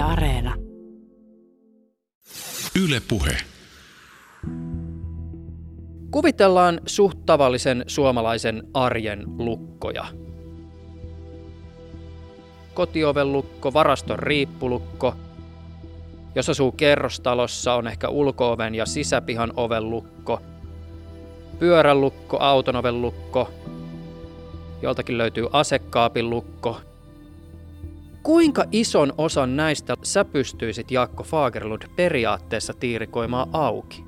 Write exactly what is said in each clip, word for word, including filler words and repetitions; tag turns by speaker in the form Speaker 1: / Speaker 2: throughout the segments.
Speaker 1: Areena.
Speaker 2: Yle Puhe.
Speaker 3: Kuvitellaan suht tavallisen suomalaisen arjen lukkoja. Kotioven lukko, varaston riippulukko. Jos asuu kerrostalossa, on ehkä ulko-oven ja sisäpihan oven lukko. Pyörän lukko, auton oven lukko. Joltakin löytyy asekaapin lukko. Kuinka ison osan näistä sä pystyisit, Jaakko Fagerlund, periaatteessa tiirikoimaan auki?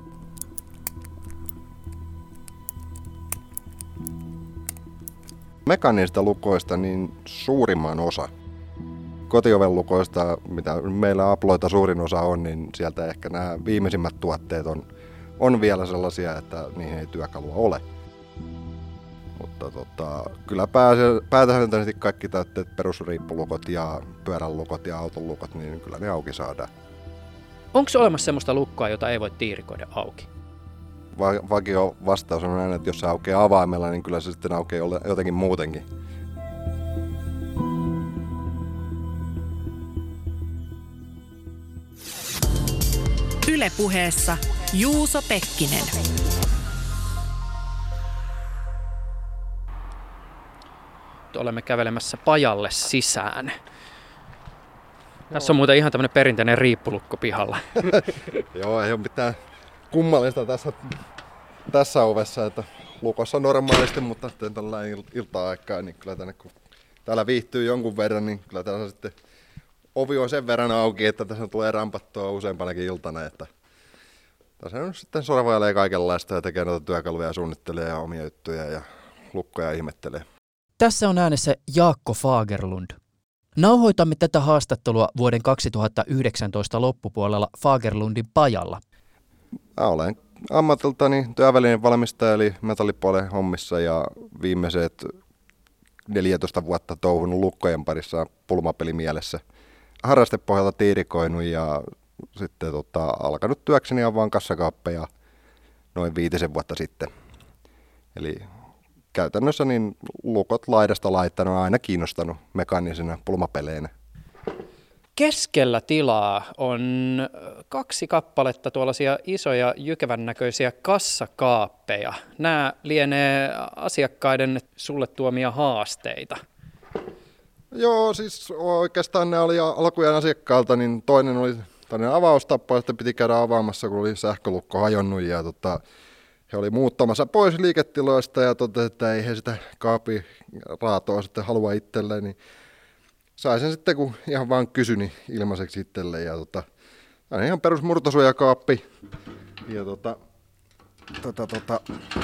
Speaker 4: Mekaanisista lukoista niin suurimman osa. Kotioven lukoista, mitä meillä Aploita suurin osa on, niin sieltä ehkä nämä viimeisimmät tuotteet on, on vielä sellaisia, että niihin ei työkalua ole. Mutta tota, kyllä pääsääntöisesti kaikki täytteet, perusriippulukot ja pyörän lukot ja auton lukot, niin kyllä ne auki saadaan.
Speaker 3: Onko olemassa sellaista lukkoa, jota ei voi tiirikoida auki?
Speaker 4: Va- vakio vastaus on aina, että jos se aukeaa avaimella, niin kyllä se sitten aukeaa jotenkin muutenkin.
Speaker 1: Yle Puheessa Juuso Pekkinen.
Speaker 3: Olemme kävelemässä pajalle sisään. Tässä on muuten ihan tämmöinen perinteinen riippulukko pihalla.
Speaker 4: Joo, ei ole mitään kummallista tässä, tässä ovessa, että lukossa normaalisti, mutta sitten tällä ilta-aikaa, niin kyllä tänne, kun täällä viihtyy jonkun verran, niin kyllä täällä sitten ovi on sen verran auki, että tässä tulee rampattua useampanakin iltana, että tässä on sitten sorvailee kaikenlaista ja tekee noita työkaluja ja suunnittelee ja omia juttuja ja lukkoja ihmettelee.
Speaker 3: Tässä on äänessä Jaakko Fagerlund. Nauhoitamme tätä haastattelua vuoden kaksituhattayhdeksäntoista loppupuolella Fagerlundin pajalla.
Speaker 4: Mä olen ammatiltani työvälineen valmistaja eli metallipuolen hommissa ja viimeiset neljätoista vuotta touhunut lukkojen parissa pulmapelimielessä. Harrastepohjalta tiirikoinut ja sitten tota, alkanut työkseni avaan kassakaappeja noin viitisen vuotta sitten. Eli käytännössä niin lukot laidasta laittanut on aina kiinnostanut mekaanisena pulmapeleinä.
Speaker 3: Keskellä tilaa on kaksi kappaletta tuollaisia isoja jykevän näköisiä kassakaappeja. Nämä lienee asiakkaiden sulle tuomia haasteita.
Speaker 4: Joo, siis oikeastaan ne oli alkujen asiakkaalta, niin toinen oli toinen avaustappa, ja sitten piti käydä avaamassa, kun oli sähkölukko hajonnut ja tota, he oli muuttamassa pois liiketiloista ja totesi, että ei he sitä kaapin raatoa sitten halua itselleen, niin sai sen sitten, kun ihan vaan kysyni ilmaiseksi itselleen. Ja tota, aina ihan perus murtosuojakaappi. Ja tota, tota, tota,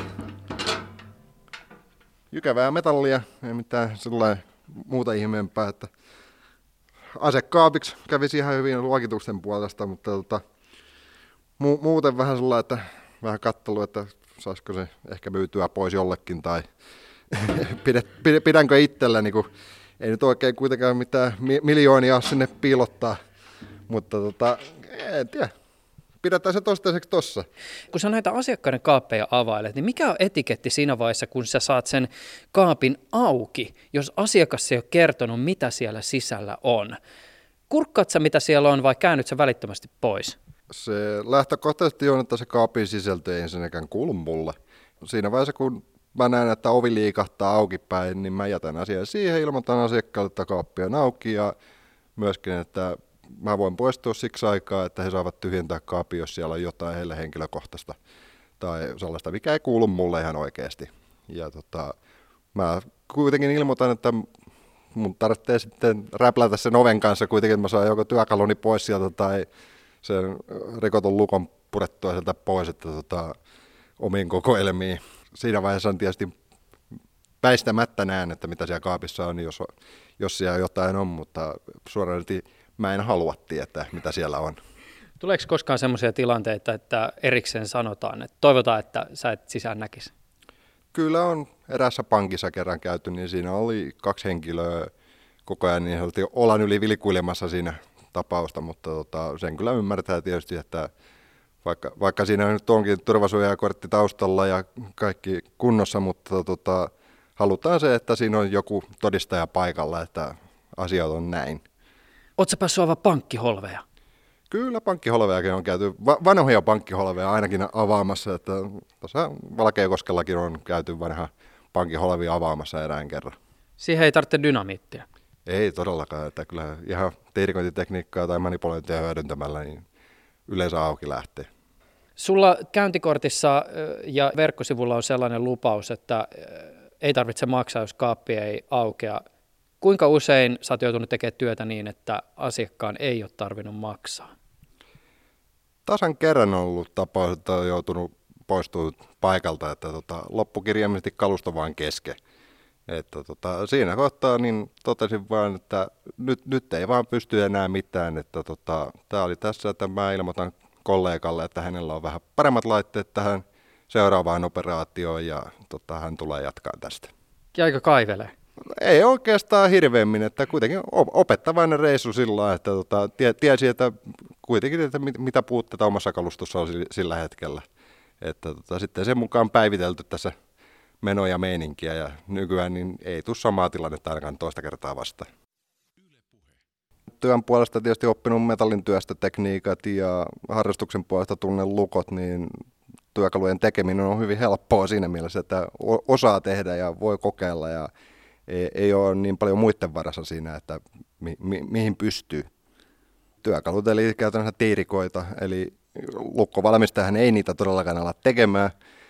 Speaker 4: jykevää metallia, ei mitään sellainen muuta ihmeempää, että asekaapiksi kävisi ihan hyvin luokitusten puolesta, mutta tota, mu- muuten vähän sellainen, että vähän kattelu, että saisiko se ehkä myytyä pois jollekin tai pidänkö itselläni, kun ei nyt oikein kuitenkaan mitään miljoonia sinne piilottaa, mutta tota, en tiedä. Pidetään se toistaiseksi tossa.
Speaker 3: Kun sä näitä asiakkaiden kaappeja availet, niin mikä on etiketti siinä vaiheessa, kun sä saat sen kaapin auki, jos asiakas ei ole kertonut, mitä siellä sisällä on? Kurkkaat sä, mitä siellä on, vai käännyt sä välittömästi pois?
Speaker 4: Se lähtökohtaisesti on, että se kaapin sisältö ei ensinnäkään kuulu mulle. Siinä vaiheessa, kun mä näen, että ovi liikahtaa auki päin, niin mä jätän asian siihen, ilmoitan asiakkaalle, että kaappi on auki ja myöskin, että mä voin poistua siksi aikaa, että he saavat tyhjentää kaapin, jos siellä on jotain heille henkilökohtaista tai sellaista, mikä ei kuulu mulle ihan oikeasti. Ja tota, mä kuitenkin ilmoitan, että mun tarvitsee sitten räplätä sen oven kanssa kuitenkin, että mä saan joko työkaluni pois sieltä tai sen rikotun lukon purettua sieltä pois, että tota, omiin kokoelmiin. Siinä vaiheessa on tietysti väistämättä näen, että mitä siellä kaapissa on, jos, jos siellä jotain on, mutta suoraan mä en halua tietää, mitä siellä on.
Speaker 3: Tuleeko koskaan sellaisia tilanteita, että erikseen sanotaan, että toivotaan, että sä et sisään näkisi?
Speaker 4: Kyllä on eräässä pankissa kerran käyty, niin siinä oli kaksi henkilöä koko ajan, niin he oltiin olan yli vilkuilemassa siinä tapausta, mutta tota, sen kyllä ymmärtää tietysti, että vaikka, vaikka siinä nyt onkin turvasuojakortti taustalla ja kaikki kunnossa, mutta tota, halutaan se, että siinä on joku todistaja paikalla, että asiat on näin.
Speaker 3: Ootko sä päässyt avaamaan pankkiholveja?
Speaker 4: Kyllä pankkiholvejakin on käyty, va- vanhoja pankkiholveja ainakin avaamassa, että tuossa Valkeakoskellakin on käyty vanha pankkiholvia avaamassa erään kerran.
Speaker 3: Siihen ei tarvitse dynamiittia.
Speaker 4: Ei todellakaan, että kyllä ihan tiirikointitekniikkaa tai manipulointia hyödyntämällä niin yleensä auki lähtee.
Speaker 3: Sulla käyntikortissa ja verkkosivulla on sellainen lupaus, että ei tarvitse maksaa, jos kaappi ei aukea. Kuinka usein sä oot joutunut tekemään työtä niin, että asiakkaan ei ole tarvinnut maksaa?
Speaker 4: Tasan kerran on ollut tapaus, että on joutunut poistumaan paikalta, että tota, loppukirjaimellisesti kalusto vaan kesken. Että tota, siinä kohtaa niin totesin vaan, että nyt, nyt ei vaan pysty enää mitään. Että tota, tämä oli tässä, että mä ilmoitan kollegalle, että hänellä on vähän paremmat laitteet tähän seuraavaan operaatioon ja tota, hän tulee jatkaa tästä.
Speaker 3: Jäikö kaivelee?
Speaker 4: Ei oikeastaan hirveämmin, että kuitenkin opettavainen reissu sillä lailla, että tota, tie, tiesi, että kuitenkin, että mit, mitä puutteita omassa kalustossa on sillä hetkellä. Että tota, sitten sen mukaan päivitelty tässä menoja ja meininkiä ja nykyään niin ei tule samaa tilannetta ainakaan toista kertaa vastaan. Työn puolesta tietysti oppinut metallin työstötekniikat ja harrastuksen puolesta tunnen lukot, niin työkalujen tekeminen on hyvin helppoa siinä mielessä, että osaa tehdä ja voi kokeilla ja ei, ei ole niin paljon muiden varassa siinä, että mi, mi, mihin pystyy. Työkalut eli käytännössä tiirikoita, eli lukkovalmistajahan ei niitä todellakaan ala tekemään.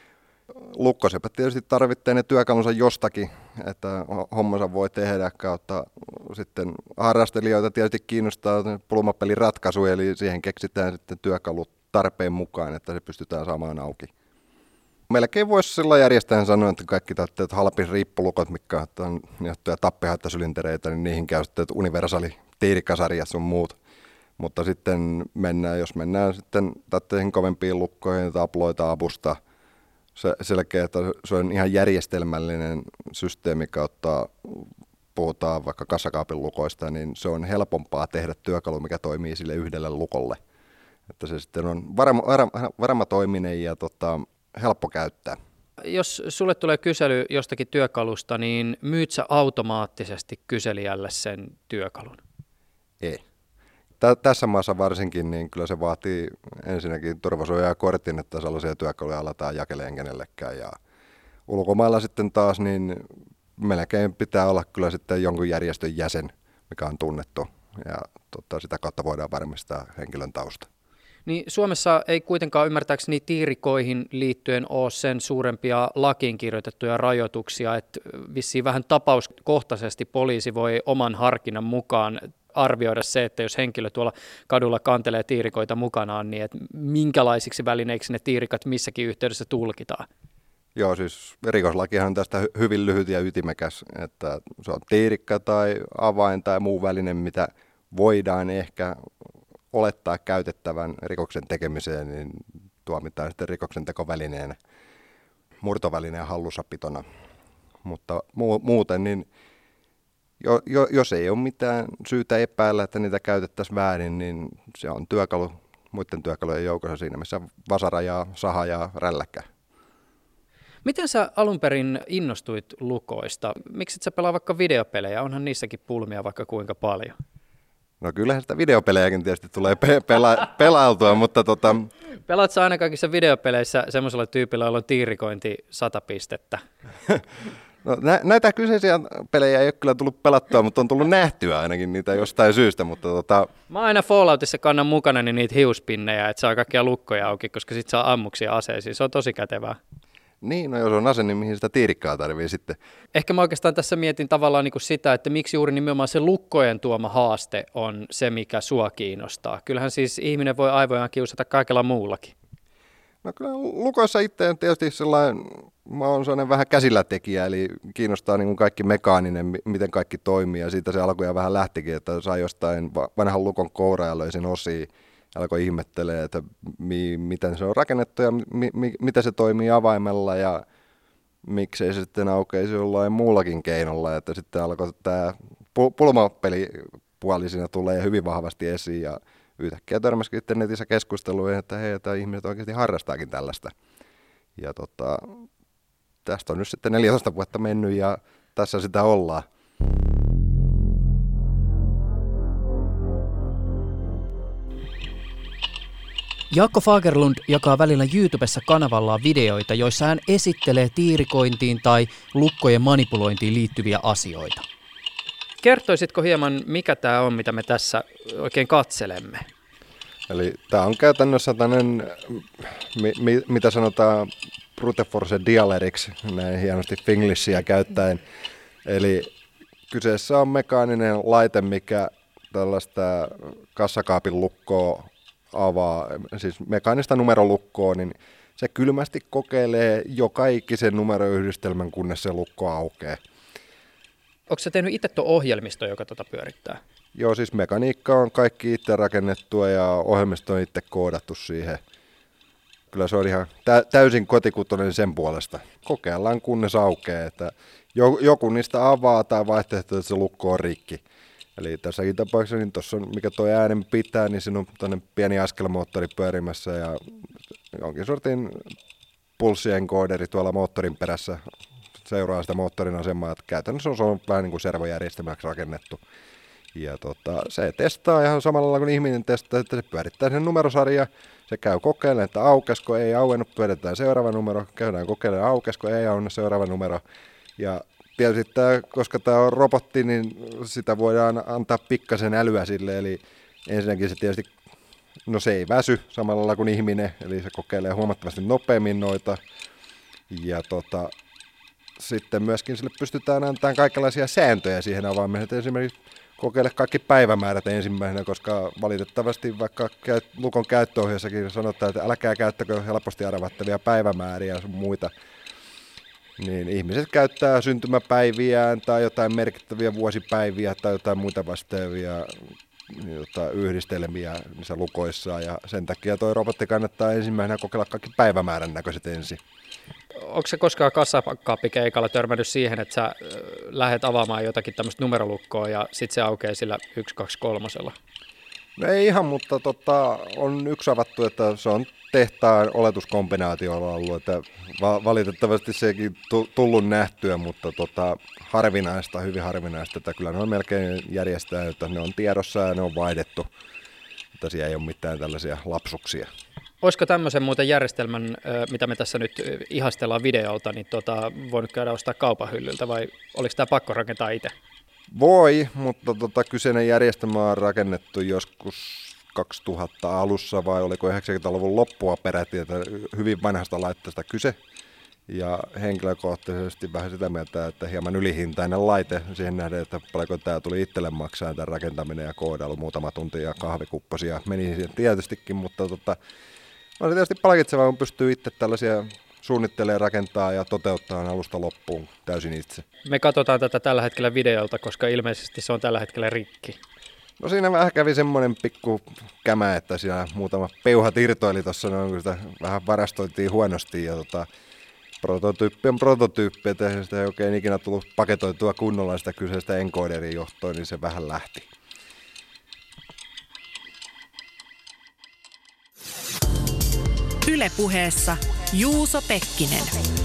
Speaker 4: Lukkosepät tietysti tarvitsee ne työkalunsa jostakin, että hommansa voi tehdä kautta sitten harrastelijoita tietysti kiinnostaa pulmapelin ratkaisu, eli siihen keksitään sitten työkalut tarpeen mukaan, että se pystytään saamaan auki. Melkein voisi sillä järjestäen sanoa, että kaikki täytteet halpin riippulukot, mitkä on niottuja tappihaittasylintereitä, niin niihin käy sitten universaali tiirikkasarjat sun muut. Mutta sitten mennään, jos mennään sitten tätteihin kovempiin lukkoihin, tabloita, abusta, se selkeä, että se on ihan järjestelmällinen systeemi kautta, puhutaan vaikka kassakaapin lukoista, niin se on helpompaa tehdä työkalu, mikä toimii sille yhdelle lukolle. Että se sitten on varma, varma, varmatoiminen ja tota, helppo käyttää. Jos
Speaker 3: sulle tulee kysely jostakin työkalusta, niin myyt sä automaattisesti kyselijälle sen työkalun?
Speaker 4: Ei. Tä, tässä maassa varsinkin, niin kyllä se vaatii ensinnäkin turvasuojaa ja kortin, että sellaisia työkaluja aletaan jakeleen kenellekään. Ja ulkomailla sitten taas, niin melkein pitää olla kyllä sitten jonkun järjestön jäsen, mikä on tunnettu. Ja tota, sitä kautta voidaan varmistaa henkilön tausta.
Speaker 3: Niin Suomessa ei kuitenkaan ymmärtääkseni tiirikoihin liittyen ole sen suurempia lakiin kirjoitettuja rajoituksia, että vissiin vähän tapauskohtaisesti poliisi voi oman harkinnan mukaan arvioida se, että jos henkilö tuolla kadulla kantelee tiirikoita mukanaan, niin että minkälaisiksi välineiksi ne tiirikat missäkin yhteydessä tulkitaan.
Speaker 4: Joo, siis rikoslakihan on tästä hyvin lyhyt ja ytimekäs, että se on tiirikka tai avain tai muu väline, mitä voidaan ehkä olettaa käytettävän rikoksen tekemiseen, niin tuomitaan sitten rikoksen tekovälineenä, murtovälineen hallussapitona. Mutta mu- muuten, niin jo, jo, jos ei ole mitään syytä epäillä, että niitä käytettäisiin väärin, niin se on työkalu muiden työkalujen joukossa siinä, missä vasara ja saha ja rälläkkä.
Speaker 3: Miten sä alun perin innostuit lukoista? Miksi et sä pelaa vaikka videopelejä? Onhan niissäkin pulmia vaikka kuinka paljon.
Speaker 4: No kyllähän sitä videopelejäkin tietysti tulee pe- pela- pelailtua, mutta tota...
Speaker 3: Pelaat sä aina kaikissa videopeleissä semmoisella tyypillä, jolla on tiirikointi sata pistettä?
Speaker 4: No, nä- näitä kyseisiä pelejä ei ole kyllä tullut pelattua, mutta on tullut nähtyä ainakin niitä jostain syystä. Mutta tota...
Speaker 3: Mä aina Falloutissa kannan mukana niin niitä hiuspinnejä, että saa kaikkia lukkoja auki, koska sit saa ammuksia aseisiin. Se on tosi kätevää.
Speaker 4: Niin, no jos on ase, niin mihin sitä tiirikkaa tarvii sitten?
Speaker 3: Ehkä mä oikeastaan tässä mietin tavallaan niin kuin sitä, että miksi juuri nimenomaan se lukkojen tuoma haaste on se, mikä sua kiinnostaa. Kyllähän siis ihminen voi aivojaan kiusata kaikella muullakin.
Speaker 4: No kyllä lukoissa itse tietysti sellainen, mä oon sellainen vähän käsillätekijä, eli kiinnostaa niin kuin kaikki mekaaninen, miten kaikki toimii, ja siitä se alkoi vähän lähtikin, että sai jostain vanhan lukon kouraa ja löi sen osiin. Alkoi ihmettelee, että mi, miten se on rakennettu ja mi, mi, miten se toimii avaimella ja miksei se sitten aukeisi jollain muullakin keinolla. Että sitten alkoi tämä pulmapelipuoli siinä tulee hyvin vahvasti esiin ja yhtäkkiä törmäsikin sitten netissä keskusteluihin, että hei, että ihmiset oikeasti harrastaakin tällaista. Ja tota, tästä on nyt sitten neljätoista vuotta mennyt ja tässä sitä ollaan.
Speaker 2: Jaakko Fagerlund jakaa välillä YouTubessa kanavallaan videoita, joissa hän esittelee tiirikointiin tai lukkojen manipulointiin liittyviä asioita.
Speaker 3: Kertoisitko hieman, mikä tämä on, mitä me tässä oikein katselemme?
Speaker 4: Eli tämä on käytännössä tämmöinen, mi, mi, mitä sanotaan brute force dialeriksi, näin hienosti finglishia käyttäen. Eli kyseessä on mekaaninen laite, mikä tällaista kassakaapin lukkoa avaa, siis mekaanista numerolukkoa, niin se kylmästi kokeilee joka ikisen numeroyhdistelmän, kunnes se lukko aukeaa.
Speaker 3: Onko sä tehnyt itse tuon ohjelmisto, joka tuota pyörittää?
Speaker 4: Joo, siis mekaniikka on kaikki itse rakennettua ja ohjelmisto on itse koodattu siihen. Kyllä se on ihan täysin kotikutoinen sen puolesta. Kokeillaan kunnes aukeaa, että joku niistä avaa tai vaihtoehto, että se lukko on rikki. Eli tässäkin tapauksessa, niin tuossa on, mikä tuo äänen pitää, niin siinä on tuonne pieni askelmoottori pyörimässä ja jonkin sortin pulssienkooderi tuolla moottorin perässä seuraa sitä moottorin asemaa. Että käytännössä on, se on vähän niin kuin servojärjestelmäksi rakennettu. Ja tota, se testaa ihan samalla lailla kuin ihminen testaa, että se pyörittää sen numerosarja. Se käy kokeilemaan, että aukesko, ei auennut, pyöritetään seuraava numero. Käydään kokeilemaan, aukesko, ei auennut, seuraava numero. Ja tietysti tämä, koska tämä on robotti, niin sitä voidaan antaa pikkasen älyä sille. Eli ensinnäkin se tietysti, no se ei väsy samalla lailla kuin ihminen, eli se kokeilee huomattavasti nopeammin noita. Ja tota, sitten myöskin sille pystytään antamaan kaikenlaisia sääntöjä siihen avaimeen. Esimerkiksi kokeile kaikki päivämäärät ensimmäisenä, koska valitettavasti vaikka lukon käyttöohjeessakin sanotaan, että älkää käyttäkö helposti arvattavia päivämääriä ja muita, niin ihmiset käyttää syntymäpäiviään tai jotain merkittäviä vuosipäiviä tai jotain muita vastaavia jotain yhdistelmiä niissä lukoissa, ja sen takia toi robotti kannattaa ensimmäisenä kokeilla kaikki päivämäärän näköiset ensin.
Speaker 3: Onko se koskaan kassakaappikeikalla törmännyt siihen, että sä lähdet avaamaan jotakin tämmöistä numerolukkoa ja sitten se aukeaa sillä yksi, kaksi, kolmosella?
Speaker 4: No ei ihan, mutta tota, on yksi avattu, että se on tehtaan oletuskombinaatiolla ollut, että va- valitettavasti sekin tullut nähtyä, mutta tota, harvinaista, hyvin harvinaista, että kyllä ne on melkein järjestää, että ne on tiedossa ja ne on vaihdettu, että siellä ei ole mitään tällaisia lapsuksia.
Speaker 3: Olisiko tämmöisen muuten järjestelmän, mitä me tässä nyt ihastellaan videolta, niin tota, voinut käydä ostaa kaupan hyllyltä, vai oliko tämä pakko rakentaa itse?
Speaker 4: Voi, mutta tota, kyseinen järjestelmä on rakennettu joskus kaksituhatta alussa vai oliko yhdeksänkymmentäluvun loppua peräti, että hyvin vanhasta laitteesta kyse. Ja henkilökohtaisesti vähän sitä mieltä, että hieman ylihintainen laite siihen nähden, että paljonko tämä tuli itselle maksaa tämän rakentaminen ja koodailu muutama tunti ja kahvikupposia meni siihen tietystikin, mutta tota, on se tietysti palkitsevaa, kun pystyy itse tällaisia suunnittelemaan, rakentaa ja toteuttaa alusta loppuun täysin itse.
Speaker 3: Me katsotaan tätä tällä hetkellä videolta, koska ilmeisesti se on tällä hetkellä rikki.
Speaker 4: No siinä vähän kävi semmoinen pikku kämä, että siinä muutama peuhat irtoili tuossa, noin, kun sitä vähän varastoitiin huonosti ja tota, prototyyppi on prototyyppi, että sitä ei oikein ikinä tullut paketoitua kunnolla sitä kyseistä encoderin johtoa, niin se vähän lähti.
Speaker 1: Yle Puheessa Juuso Pekkinen.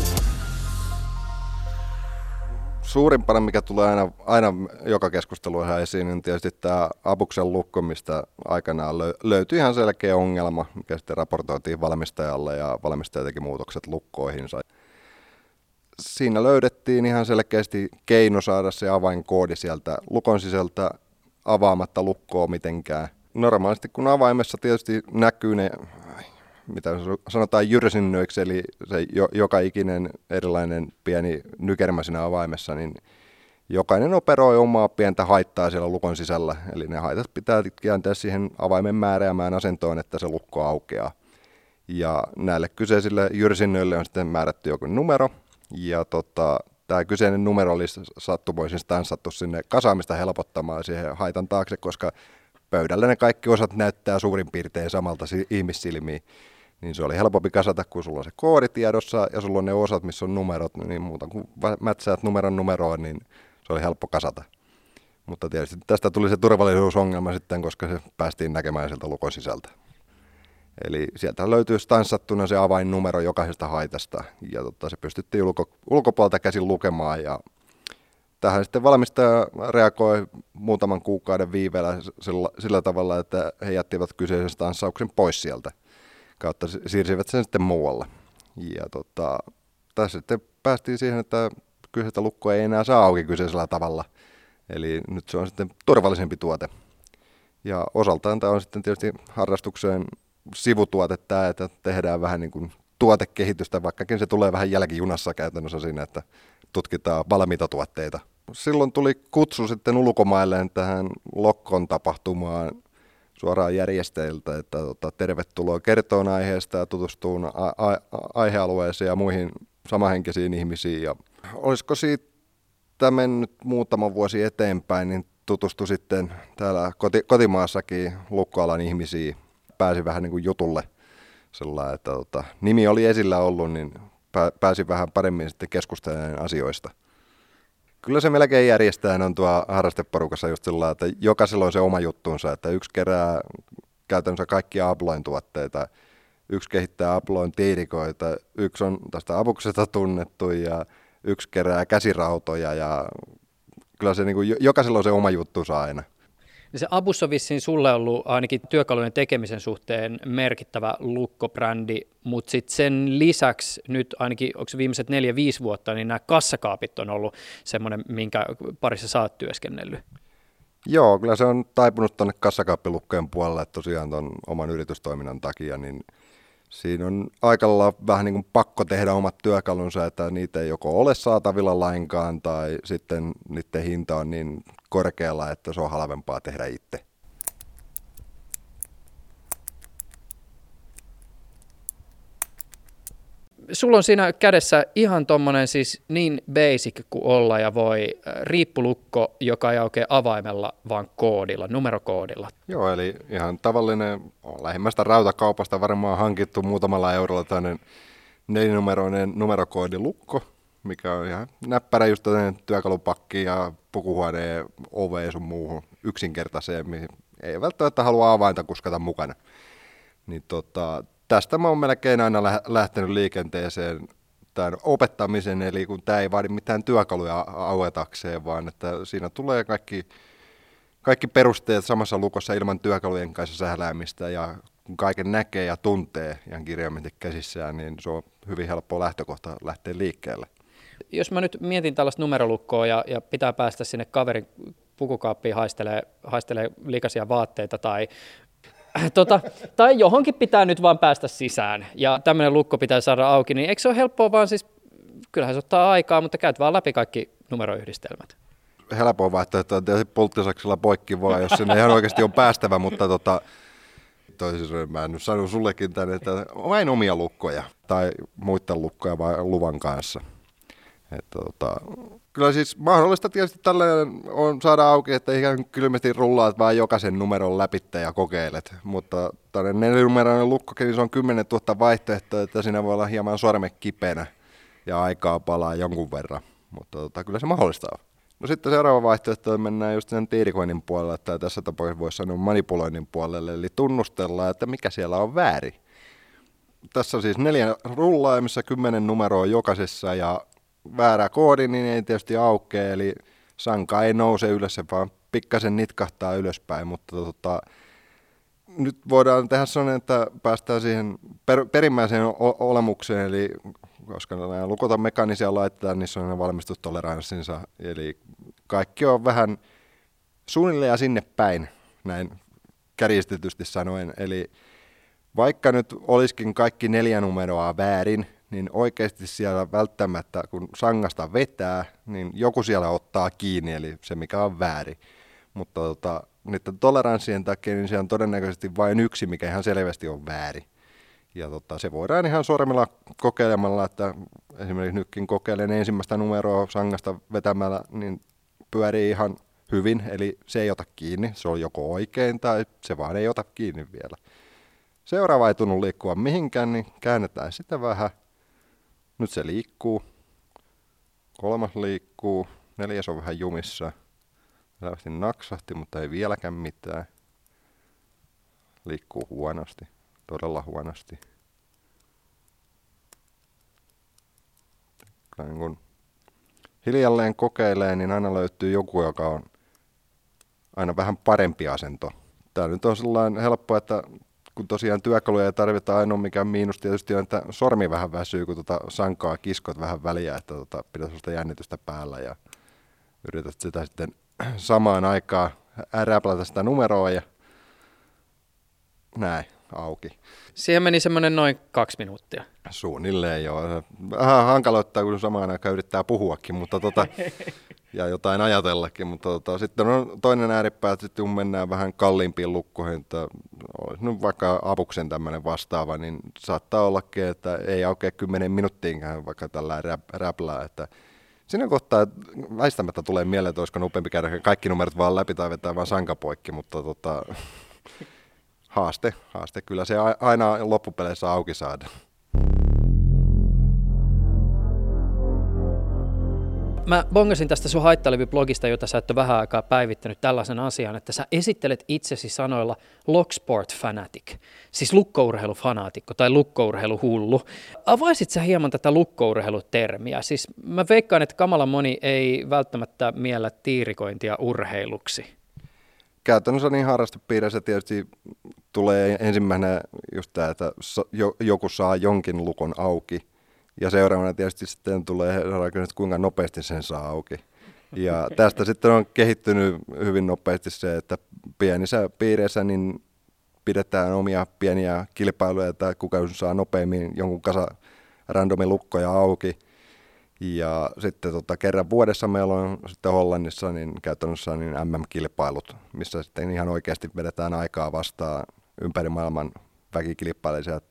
Speaker 4: Suurimpana, mikä tulee aina, aina joka keskustelussa esiin, on tietysti tämä Abuksen lukko, mistä aikanaan löytyi ihan selkeä ongelma, mikä sitten raportoitiin valmistajalle ja valmistaja teki muutokset lukkoihinsa. Siinä löydettiin ihan selkeästi keino saada se avainkoodi sieltä lukon sisältä avaamatta lukkoa mitenkään. Normaalisti kun avaimessa tietysti näkyy ne, mitä sanotaan jyrsinnöiksi, eli se joka ikinen erilainen pieni nykermä siinä avaimessa, niin jokainen operoi omaa pientä haittaa siellä lukon sisällä. Eli ne haitat pitää kääntää siihen avaimen määräämään asentoon, että se lukko aukeaa. Ja näille kyseisille jyrsinnöille on sitten määrätty joku numero. Ja tota, tämä kyseinen numero oli sattumoisin tanssattu sinne kasaamista helpottamaan siihen haitan taakse, koska pöydällä ne kaikki osat näyttää suurin piirtein samalta ihmissilmiin. Niin se oli helpompi kasata, kun sulla on se koodi tiedossa ja sulla on ne osat, missä on numerot, niin muuta kuin mätsäät numeron numeroon, niin se oli helppo kasata. Mutta tietysti tästä tuli se turvallisuusongelma sitten, koska se päästiin näkemään sieltä lukon sisältä. Eli sieltä löytyy stanssattuna se avainnumero jokaisesta haitasta, ja tota, se pystyttiin ulko, ulkopuolelta käsin lukemaan, ja tähän sitten valmistaja reagoi muutaman kuukauden viiveellä sillä, sillä tavalla, että he jättivät kyseisen stanssauksen pois sieltä. kautta siirsivät sen sitten muualle. Ja tota, tässä sitten päästiin siihen, että kyseistä lukkoa ei enää saa auki kyseisellä tavalla. Eli nyt se on sitten turvallisempi tuote. Ja osaltaan tämä on sitten tietysti harrastukseen sivutuote tämä, että tehdään vähän niin kuin tuotekehitystä, vaikkakin se tulee vähän jälkijunassa käytännössä siinä, että tutkitaan valmiita tuotteita. Silloin tuli kutsu sitten ulkomaille tähän Lokkon tapahtumaan suoraan järjestäjiltä, että tota, tervetuloa kertoon aiheesta ja tutustuun a- a- aihealueeseen ja muihin samahenkisiin ihmisiin. Ja olisiko siitä mennyt muutama vuosi eteenpäin, niin tutustui sitten täällä koti- kotimaassakin lukkoalan ihmisiin. Pääsi vähän niin kuin jutulle sellainen, että tota, nimi oli esillä ollut, niin pää- pääsi vähän paremmin sitten keskustelemaan asioista. Kyllä se melkein järjestään on tuo harrasteporukassa just sellainen, että jokaisella on se oma juttunsa, että yksi kerää käytännössä kaikkia Abloyn tuotteita, yksi kehittää Abloyn tiirikoita, yksi on tästä avuksesta tunnettu ja yksi kerää käsirautoja ja kyllä se niin kuin, jokaisella on se oma juttunsa aina.
Speaker 3: Se Abus on vissiin sulle ollut ainakin työkalujen tekemisen suhteen merkittävä lukkobrändi, mutta sitten sen lisäksi nyt ainakin, onko se viimeiset neljä, viisi vuotta, niin nämä kassakaapit on ollut semmoinen, minkä parissa sä oot työskennellyt.
Speaker 4: Joo, kyllä se on taipunut tuonne kassakaappilukkojen puolelle, että tosiaan tuon oman yritystoiminnan takia, niin siinä on aikalla vähän niin kuin pakko tehdä omat työkalunsa, että niitä ei joko ole saatavilla lainkaan tai sitten niiden hinta on niin korkealla, että se on halvempaa tehdä itse.
Speaker 3: Sulla on siinä kädessä ihan tommonen siis niin basic kuin olla ja voi riippulukko, joka ei aukea avaimella, vaan koodilla, numerokoodilla.
Speaker 4: Joo, eli ihan tavallinen lähimmästä rautakaupasta varmaan hankittu muutamalla eurolla tämmöinen nelinumeroinen numerokoodilukko, mikä on ihan näppärä just työkalupakki ja pukuhuoneen oveen sun muuhun yksinkertaiseen, mihin ei välttämättä halua avainta kuskata mukana. Niin tota, tästä mä oon melkein aina lähtenyt liikenteeseen tämän opettamisen, eli kun tämä ei vaadi mitään työkaluja auetakseen, vaan että siinä tulee kaikki, kaikki perusteet samassa lukossa ilman työkalujen kanssa sähläämistä, ja kun kaiken näkee ja tuntee ihan kirjaimellisesti käsissään, niin se on hyvin helppo lähtökohta lähteä liikkeelle.
Speaker 3: Jos mä nyt mietin tällaista numerolukkoa ja, ja pitää päästä sinne kaverin pukukaappiin haistelee, haistelee likaisia vaatteita tai Tota, tai johonkin pitää nyt vaan päästä sisään ja tämmöinen lukko pitää saada auki, niin eikö se ole helppoa vaan siis, kyllähän se ottaa aikaa, mutta käyt vaan läpi kaikki numeroyhdistelmät.
Speaker 4: Helpoa vaihtoehto on tietysti pulttisaksella poikki vaan, jos sinne ihan oikeasti on päästävä, mutta tota, toisin sanoen mä en nyt sano sullekin tänne, että vain omia lukkoja tai muiden lukkoja vaan luvan kanssa. Että tota, kyllä siis mahdollista tietysti tällainen on saada auki, että ihan kylmästi rullaat vaan jokaisen numeron läpitte ja kokeilet, mutta tällainen nelinumeroinen lukkokin, niin se on kymmenen tuhatta vaihtoehtoa, että siinä voi olla hieman sorme kipeänä ja aikaa palaa jonkun verran, mutta tota, kyllä se mahdollista on. No sitten seuraava vaihtoehto mennään just sen tiirikoinnin puolelle, tai tässä tapauksessa voisi sanoa manipuloinnin puolelle, eli tunnustellaan, että mikä siellä on väärin. Tässä on siis neljä rullaa, missä kymmenen numeroa jokaisessa ja väärä koodi, niin ei tietysti aukea, eli sanka ei nouse ylös, se vaan pikkasen nitkahtaa ylöspäin, mutta tota, nyt voidaan tehdä sellainen, että päästään siihen per, perimmäiseen o- olemukseen, eli koska nämä lukot on mekaanisia laitteita, niin se on valmistustoleranssinsa, eli kaikki on vähän suunnilleen ja sinne päin, näin kärjistetysti sanoen, eli vaikka nyt olisikin kaikki neljä numeroa väärin, niin oikeasti siellä välttämättä, kun sangasta vetää, niin joku siellä ottaa kiinni, eli se mikä on väärin. Mutta tota, niiden toleranssien takia niin siellä on todennäköisesti vain yksi, mikä ihan selvästi on väärin. Ja tota, se voidaan ihan sormella kokeilemalla, että esimerkiksi nytkin kokeilen ensimmäistä numeroa sangasta vetämällä, niin pyörii ihan hyvin, eli se ei ota kiinni, se on joko oikein tai se vaan ei ota kiinni vielä. Seuraava ei tunnu liikkua mihinkään, niin käännetään sitä vähän. Nyt se liikkuu, kolmas liikkuu, neljäs on vähän jumissa, selvästi naksahti, mutta ei vieläkään mitään. Liikkuu huonosti, todella huonosti. Niin kun hiljalleen kokeilee, niin aina löytyy joku, joka on aina vähän parempi asento. Tämä nyt on sellainen helppo, että kun tosiaan työkaluja ei tarvita, ainoa mikä miinus tietysti on, että sormi vähän väsyy, kun tota sankaa kiskot vähän väliä, että tota, pidät sitä jännitystä päällä ja yrität sitä sitten samaan aikaan räplätä sitä numeroa ja näin auki.
Speaker 3: Siihen meni semmoinen noin kaksi minuuttia.
Speaker 4: Suunnilleen joo. Vähän hankaloittaa, kun samaan aikaan yrittää puhuakin, mutta tota, ja jotain ajatellakin, mutta tota, sitten on toinen ääripää, että sitten kun mennään vähän kalliimpiin lukkoihin, että olisi nyt vaikka Apuksen tämmöinen vastaava, niin saattaa ollakin, että ei aukea kymmenen minuuttiinkään vaikka tällä rap, räplää, että siinä kohtaa väistämättä tulee mieleen, että olisiko nopeampi käydä kaikki numerot vaan läpi tai vetää vaan sankapoikki, mutta tota, haaste, haaste, kyllä se aina loppupeleissä auki saadaan.
Speaker 3: Mä bongasin tästä sun haittalevyblogista, jota sä et ole vähän aikaa päivittänyt tällaisen asian, että sä esittelet itsesi sanoilla Locksport fanatic, siis lukkourheilufanaatikko tai lukkourheiluhullu. Avaisit sä hieman tätä lukkourheilutermiä? Siis mä veikkaan, että kamalan moni ei välttämättä miellä tiirikointia urheiluksi.
Speaker 4: Käytännössä niin harrastepiirissä tietysti tulee ensimmäisenä just tämä, että joku saa jonkin lukon auki. Ja seuraavana tietysti sitten tulee herrakin, että kuinka nopeasti sen saa auki. Ja tästä sitten on kehittynyt hyvin nopeasti se, että pienissä piireissä niin pidetään omia pieniä kilpailuja, että kuka saa nopeammin jonkun kasa randomi lukkoja auki. Ja sitten tota, kerran vuodessa meillä on sitten Hollannissa niin käytännössä niin M M-kilpailut, missä sitten ihan oikeasti vedetään aikaa vastaan ympäri maailman väkikilpailisia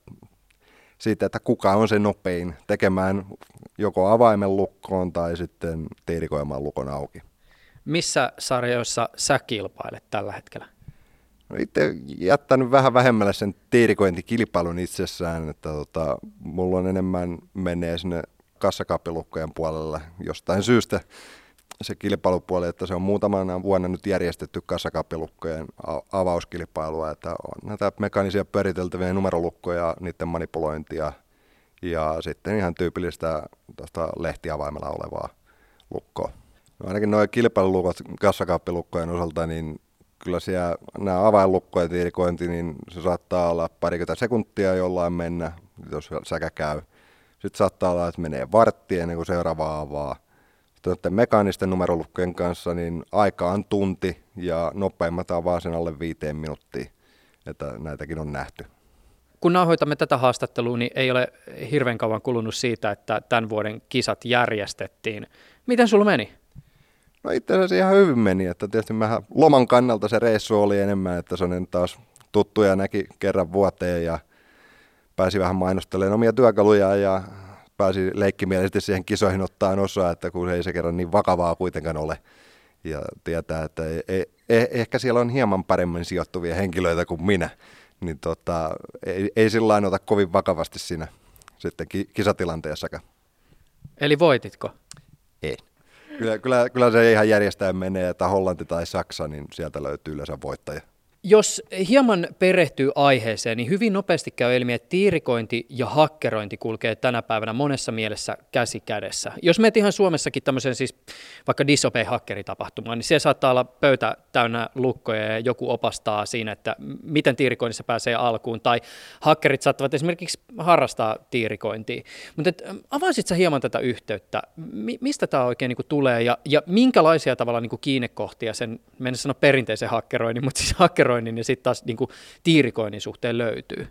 Speaker 4: siitä, että kuka on se nopein tekemään joko avaimen lukkoon tai sitten tiirikoimaan lukon auki.
Speaker 3: Missä sarjoissa sä kilpailet tällä hetkellä?
Speaker 4: No itse jättänyt vähän vähemmälle sen tiirikointikilpailun itsessään, että tota, mulla on enemmän menee sinne kassakaappilukkojen puolelle jostain syystä se kilpailupuoli, että se on muutamana vuonna nyt järjestetty kassakaappilukkojen avauskilpailua, että on näitä mekaanisia pyöriteltäviä numerolukkoja, niiden manipulointia ja sitten ihan tyypillistä tuosta lehtiavaimella olevaa lukkoa. No ainakin nuo kilpailulukot kassakaappilukkojen osalta, niin kyllä siellä nämä avainlukkojen tiirikointi, niin se saattaa olla parikymmentä sekuntia jollain mennä, jos säkä käy. Sitten saattaa olla, että menee vartti ennen kuin seuraava avaa. Sitten mekaanisten numerolukkojen kanssa niin aika on tunti ja nopeimmat avaa sen alle viiteen minuuttia, että näitäkin on nähty.
Speaker 3: Kun nauhoitamme tätä haastattelua, niin ei ole hirveän kauan kulunut siitä, että tämän vuoden kisat järjestettiin. Miten sulla meni?
Speaker 4: No itse asiassa ihan hyvin meni, että tietysti mähän loman kannalta se reissu oli enemmän, että se on taas tuttuja näki kerran vuoteen ja pääsi vähän mainostelemaan omia työkaluja ja pääsi leikkimielisesti siihen kisoihin ottaa osaa, että kun ei se kerran niin vakavaa kuitenkaan ole. Ja tietää, että ei, ei, ehkä siellä on hieman paremmin sijoittuvia henkilöitä kuin minä, niin tota, ei, ei sillä lailla ota kovin vakavasti siinä sitten kisatilanteessakaan.
Speaker 3: Eli voititko?
Speaker 4: Ei. Kyllä, kyllä, kyllä se ihan järjestään menee, että Hollanti tai Saksa, niin sieltä löytyy yleensä voittaja.
Speaker 3: Jos hieman perehtyy aiheeseen, niin hyvin nopeasti käy ilmi, että tiirikointi ja hakkerointi kulkee tänä päivänä monessa mielessä käsi kädessä. Jos menet ihan Suomessakin tämmöisen siis vaikka Disobey-hakkeritapahtumaan, niin siellä saattaa olla pöytä täynnä lukkoja ja joku opastaa siinä, että miten tiirikoinnissa pääsee alkuun, tai hakkerit saattavat esimerkiksi harrastaa tiirikointia. Mutta avaisit sä hieman tätä yhteyttä, mistä tämä oikein niin kuin tulee ja, ja minkälaisia tavalla niin kuin kiinnekohtia sen, mennä sanoa perinteisen hakkeroinnin, mutta siis hakkeroinnin ja sitten taas niin kuin tiirikoinnin suhteen löytyy?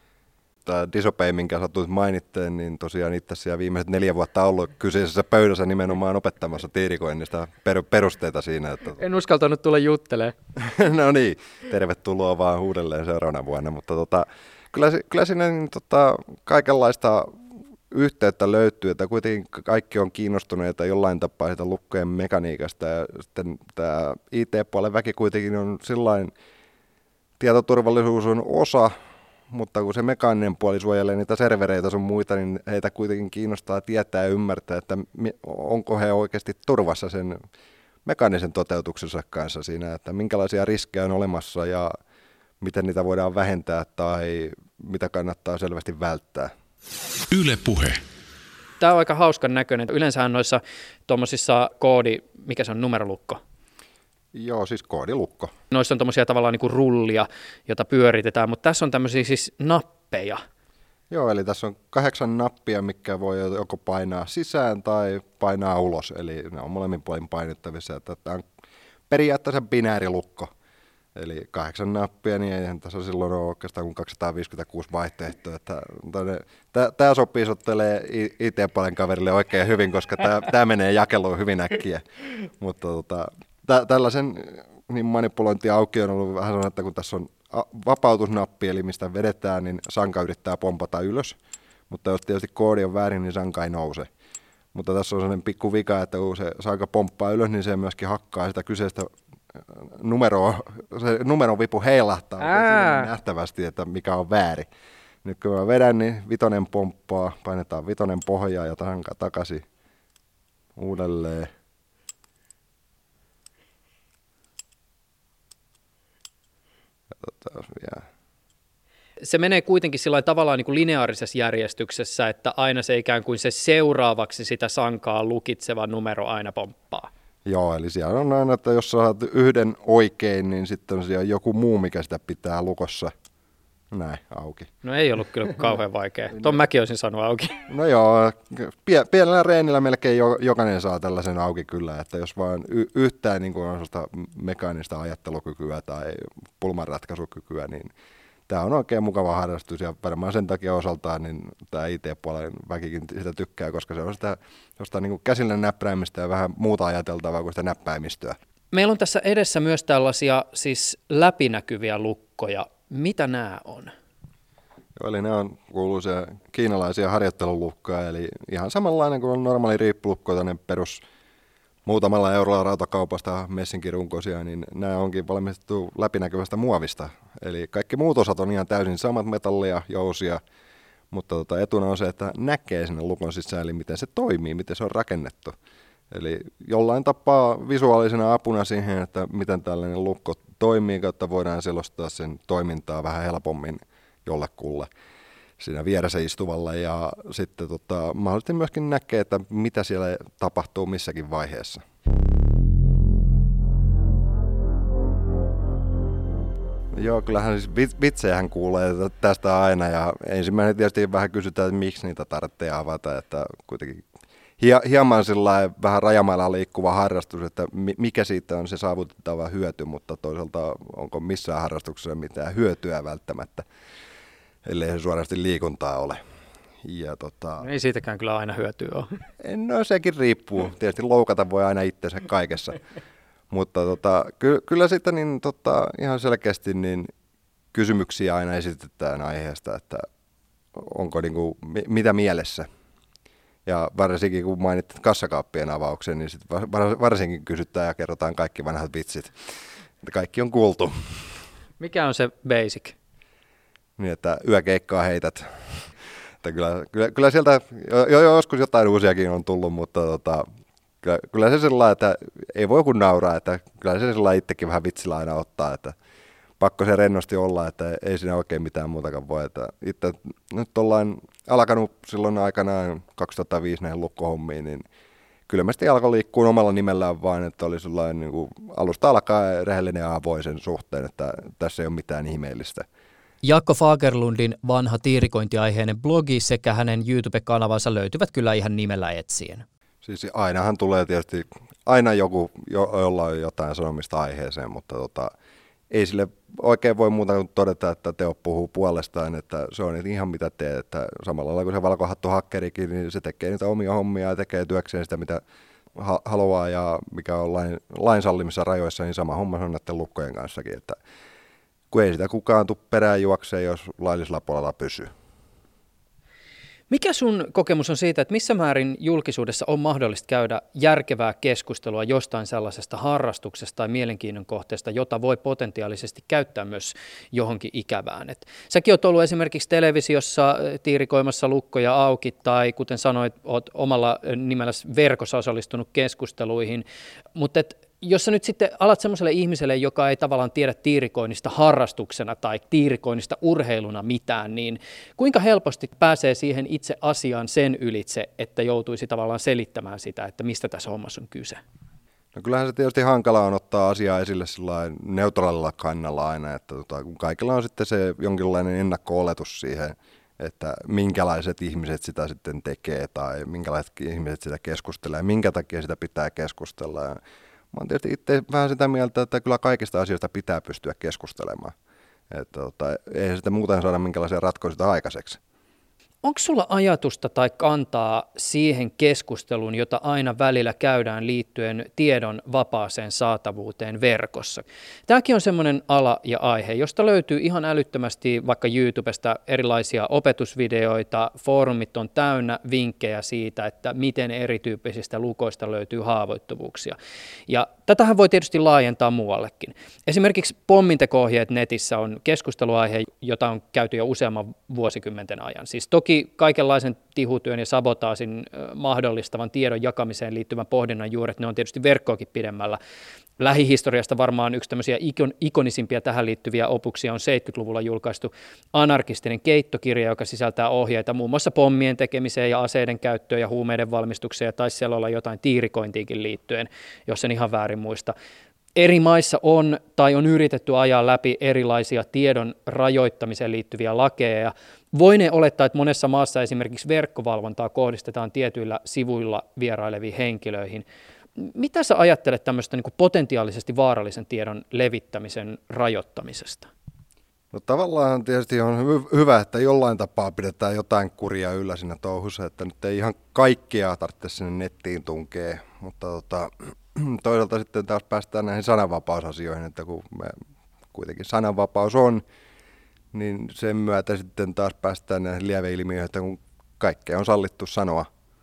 Speaker 4: Tämä Disobey, minkä satuit mainitteen, niin tosiaan itse asiassa viimeiset neljä vuotta ollut kyseisessä pöydässä nimenomaan opettamassa tiirikoinnista per- perusteita siinä. Että...
Speaker 3: En uskaltanut tulla juttelemaan.
Speaker 4: No niin, tervetuloa vaan uudelleen seuraavana vuonna, mutta tota, kyllä, kyllä siinä niin, tota, kaikenlaista yhteyttä löytyy, että kuitenkin kaikki on kiinnostuneita jollain tapaa sitä lukkojen mekaniikasta ja sitten tämä I T-puolen väki kuitenkin on sillain, tietoturvallisuus on osa, mutta kun se mekaaninen puoli suojelee niitä servereitä sun muita, niin heitä kuitenkin kiinnostaa tietää ja ymmärtää, että onko he oikeasti turvassa sen mekaanisen toteutuksensa kanssa siinä, että minkälaisia riskejä on olemassa ja miten niitä voidaan vähentää tai mitä kannattaa selvästi välttää.
Speaker 5: Yle Puhe.
Speaker 3: Tämä on aika hauskan näköinen. Yleensähän noissa tuommoisissa koodi, mikä se on, numerolukko?
Speaker 4: Joo, siis koodilukko.
Speaker 3: Noissa on tommosia tavallaan niin kuin rullia, jota pyöritetään, mutta tässä on tämmöisiä siis nappeja.
Speaker 4: Joo, eli tässä on kahdeksan nappia, mikä voi joko painaa sisään tai painaa ulos, eli ne on molemmin puolin painettavissa. Tämä on periaatteessa binäärilukko, eli kahdeksan nappia, niin eihän tässä silloin ole oikeastaan kuin kaksisataaviisikymmentäkuusi vaihtoehtoa. Tämä sopii sottelee I T-puolen kaverille oikein hyvin, koska tämä menee jakeluun hyvin äkkiä, mutta tota, tä, tällaisen niin manipulointi auki on ollut vähän sellainen, että kun tässä on vapautusnappi, eli mistä vedetään, niin sanka yrittää pompata ylös, mutta jos tietysti koodi on väärin, niin sanka ei nouse. Mutta tässä on sellainen pikku vika, että kun se sanka pomppaa ylös, niin se myöskin hakkaa sitä kyseistä numeroa, se numeron vipu heilahtaa nähtävästi, että mikä on väärin. Nyt kun mä vedän, niin vitonen pomppaa, painetaan vitonen pohjaa ja sanka takaisin uudelleen.
Speaker 3: Se menee kuitenkin sillä tavallaan niin kuin lineaarisessa järjestyksessä, että aina se ikään kuin se seuraavaksi sitä sankaa lukitseva numero aina pomppaa.
Speaker 4: Joo, eli siellä on aina, että jos saat yhden oikein, niin sitten on siellä joku muu, mikä sitä pitää lukossa. Näin, auki.
Speaker 3: No ei ollut kyllä kauhean vaikea. Ton mäkin olisin saanut auki.
Speaker 4: No joo, pie- pienellä reenillä melkein jo, jokainen saa tällaisen auki kyllä, että jos vaan y- yhtään niin kuin on sellaista mekaanista ajattelukykyä tai pulmanratkaisukykyä, niin tämä on oikein mukava harrastus ja varmaan sen takia osaltaan niin tämä I T-puolen väkikin sitä tykkää, koska se on sitä jostain niin kuin käsillä näppäimistä ja vähän muuta ajateltavaa kuin sitä näppäimistöä.
Speaker 3: Meillä on tässä edessä myös tällaisia siis läpinäkyviä lukkoja. Mitä nämä on?
Speaker 4: Joo, eli ne on kuuluisia kiinalaisia harjoittelulukkoja, eli ihan samanlainen kuin on normaali riippulukko, tämmöinen perus muutamalla eurolla rautakaupasta messinkirunkoisia, niin nämä onkin valmistettu läpinäkyvästä muovista. Eli kaikki muut osat on ihan täysin samat, metallia, jousia, mutta tota, etuna on se, että näkee sinne lukon sisään, eli miten se toimii, miten se on rakennettu. Eli jollain tapaa visuaalisena apuna siihen, että miten tällainen lukko toimii, jotta voidaan selostaa sen toimintaa vähän helpommin jollekulle siinä vieressä istuvalle. Ja sitten tota, mahdollisesti myöskin näkee, että mitä siellä tapahtuu missäkin vaiheessa. Joo, kyllähän siis vitsejähän kuulee tästä aina ja ensimmäinen tietysti vähän kysytään, että miksi niitä tarvitsee avata, että kuitenkin hieman sillä vähän rajamailla liikkuva harrastus, että mikä siitä on se saavutettava hyöty, mutta toisaalta onko missään harrastuksessa mitään hyötyä välttämättä, ellei se suorasti liikuntaa ole. Ja tota,
Speaker 3: ei siitäkään kyllä aina hyötyä ole.
Speaker 4: No sekin riippuu. Tietysti loukata voi aina itsensä kaikessa. Mutta tota, ky- kyllä sitten niin, tota, ihan selkeästi niin kysymyksiä aina esitetään aiheesta, että onko niin kuin, mitä mielessä. Ja varsinkin kun mainittiin kassakaappien avauksen, niin sit varsinkin kysytään ja kerrotaan kaikki vanhat vitsit. Kaikki on kuultu.
Speaker 3: Mikä on se basic?
Speaker 4: Niin, että yökeikkaa heität. Että kyllä, kyllä, kyllä sieltä jo, jo joskus jotain uusiakin on tullut, mutta tota, kyllä, kyllä se sellainen, että ei voi kun nauraa, että kyllä se sellainen itsekin vähän vitsillä aina ottaa, että pakko se rennosti olla, että ei siinä oikein mitään muutakaan voi. Että itse nyt ollaan alkanut silloin aikanaan kaksituhattaviisi näihin lukkohommiin, niin kyllä mä sitten alkoi liikkua omalla nimellään vain, että oli sellainen niin kuin alusta alkaen rehellinen ja avoin sen suhteen, että tässä ei ole mitään ihmeellistä.
Speaker 2: Jaakko Fagerlundin vanha tiirikointiaiheinen blogi sekä hänen YouTube-kanavansa löytyvät kyllä ihan nimellä etsien.
Speaker 4: Siis ainahan tulee tietysti, aina joku, jo, jolla on jotain sanomista aiheeseen, mutta tota, ei sille oikein voi muuta kuin todeta, että Teo puhuu puolestaan, että se on ihan mitä teet, että samalla lailla kuin se valkohattu hakkerikin, niin se tekee niitä omia hommia ja tekee työkseen sitä, mitä ha- haluaa ja mikä on lain, lain sallimissa rajoissa, niin sama homma on näiden lukkojen kanssakin, että kun ei sitä kukaan tule perään juokseen, jos laillisella puolella pysyy.
Speaker 3: Mikä sun kokemus on siitä, että missä määrin julkisuudessa on mahdollista käydä järkevää keskustelua jostain sellaisesta harrastuksesta tai mielenkiinnon kohteesta, jota voi potentiaalisesti käyttää myös johonkin ikävään? Et säkin oot ollut esimerkiksi televisiossa tiirikoimassa lukkoja auki tai kuten sanoit, oot omalla nimelläsi verkossa osallistunut keskusteluihin, mutta et jos sä nyt sitten alat semmoiselle ihmiselle, joka ei tavallaan tiedä tiirikoinnista harrastuksena tai tiirikoinnista urheiluna mitään, niin kuinka helposti pääsee siihen itse asiaan sen ylitse, että joutuisi tavallaan selittämään sitä, että mistä tässä hommassa on kyse?
Speaker 4: No kyllähän se tietysti hankala on ottaa asiaa esille sillä neutraalilla kannalla aina, että tota, kun kaikilla on sitten se jonkinlainen ennakko-oletus siihen, että minkälaiset ihmiset sitä sitten tekee tai minkälaiset ihmiset sitä keskustelee, minkä takia sitä pitää keskustella. Ja mä oon tietysti itse vähän sitä mieltä, että kyllä kaikista asioista pitää pystyä keskustelemaan. Että tota, ei sitä muuten saada minkälaisia ratkaisuja aikaiseksi.
Speaker 3: Onko sulla ajatusta tai kantaa siihen keskusteluun, jota aina välillä käydään liittyen tiedon vapaaseen saatavuuteen verkossa? Tämäkin on semmoinen ala ja aihe, josta löytyy ihan älyttömästi vaikka YouTubesta erilaisia opetusvideoita, foorumit on täynnä vinkkejä siitä, että miten erityyppisistä lukoista löytyy haavoittuvuuksia. Ja tätähän voi tietysti laajentaa muuallekin. Esimerkiksi pomminteko-ohjeet netissä on keskusteluaihe, jota on käyty jo useamman vuosikymmenten ajan. Siis toki kaikenlaisen tihutyön ja sabotaasin mahdollistavan tiedon jakamiseen liittyvän pohdinnan juuret, ne on tietysti verkkoakin pidemmällä. Lähihistoriasta varmaan yksi tämmöisiä ikon, ikonisimpia tähän liittyviä opuksia on seitsemänkymmentäluvulla julkaistu anarkistinen keittokirja, joka sisältää ohjeita muun muassa pommien tekemiseen ja aseiden käyttöön ja huumeiden valmistukseen, ja taisi siellä olla jotain tiirikointiinkin liittyen, jos en ihan väärin muista. Eri maissa on tai on yritetty ajaa läpi erilaisia tiedon rajoittamiseen liittyviä lakeja, ja voine olettaa, että monessa maassa esimerkiksi verkkovalvontaa kohdistetaan tietyillä sivuilla vieraileviin henkilöihin. Mitä sä ajattelet tämmöistä niin kuin potentiaalisesti vaarallisen tiedon levittämisen rajoittamisesta?
Speaker 4: No tavallaan tietysti on hy- hyvä, että jollain tapaa pidetään jotain kuria yllä siinä touhussa, että nyt ei ihan kaikkea tarvitse sinne nettiin tunkea, mutta tota, toisaalta sitten taas päästään näihin sananvapausasioihin, että kun me kuitenkin sananvapaus on, niin sen myötä sitten taas päästään näihin lieveilmiöihin, että kun kaikkea on sallittu sanoa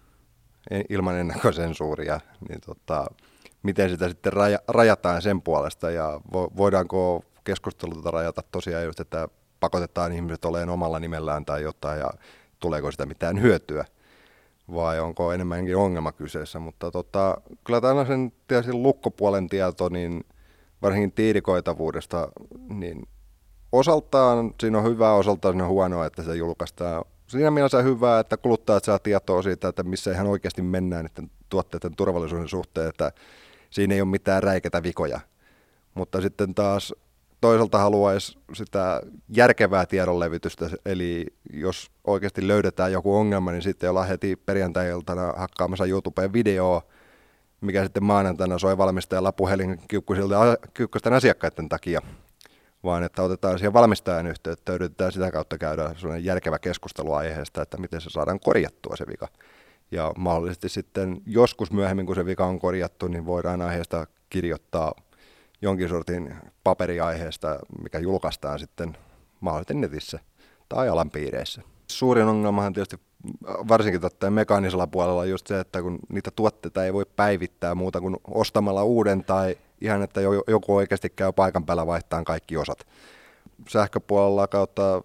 Speaker 4: ilman ennakkosensuuria, niin tota, miten sitä sitten raja, rajataan sen puolesta ja vo, voidaanko keskustelua rajata tosiaan just, että pakotetaan ihmiset olemaan omalla nimellään tai jotain ja tuleeko sitä mitään hyötyä vai onko enemmänkin ongelma kyseessä, mutta tota, kyllä tällaisen tietysti lukkopuolen tieto, niin varsinkin tiirikoitavuudesta, niin osaltaan siinä on hyvää, osaltaan siinä on huonoa, että se julkaistaan. Siinä mielessä hyvää, että kuluttajat saa tietoa siitä, että missä ihan oikeasti mennään niiden tuotteiden turvallisuuden suhteen, että siinä ei ole mitään räikeitä vikoja. Mutta sitten taas toisaalta haluaisi sitä järkevää tiedonlevitystä, eli jos oikeasti löydetään joku ongelma, niin sitten ollaan heti perjantai-iltana hakkaamassa YouTubeen videoa, mikä sitten maanantaina soi valmistajalla puhelin kiukkuisten asiakkaiden takia, vaan että otetaan siihen valmistajan yhteyttä, yritetään sitä kautta käydä sellainen järkevä keskustelu aiheesta, että miten se saadaan korjattua se vika. Ja mahdollisesti sitten joskus myöhemmin, kun se vika on korjattu, niin voidaan aiheesta kirjoittaa jonkin sortin paperiaiheesta, mikä julkaistaan sitten mahdollisesti netissä tai alan piireissä. Suurin ongelmahan tietysti varsinkin totta mekaanisella puolella on just se, että kun niitä tuotteita ei voi päivittää muuta kuin ostamalla uuden tai ihan, että joku oikeasti käy paikan päällä vaihtamaan kaikki osat. Sähköpuolella kautta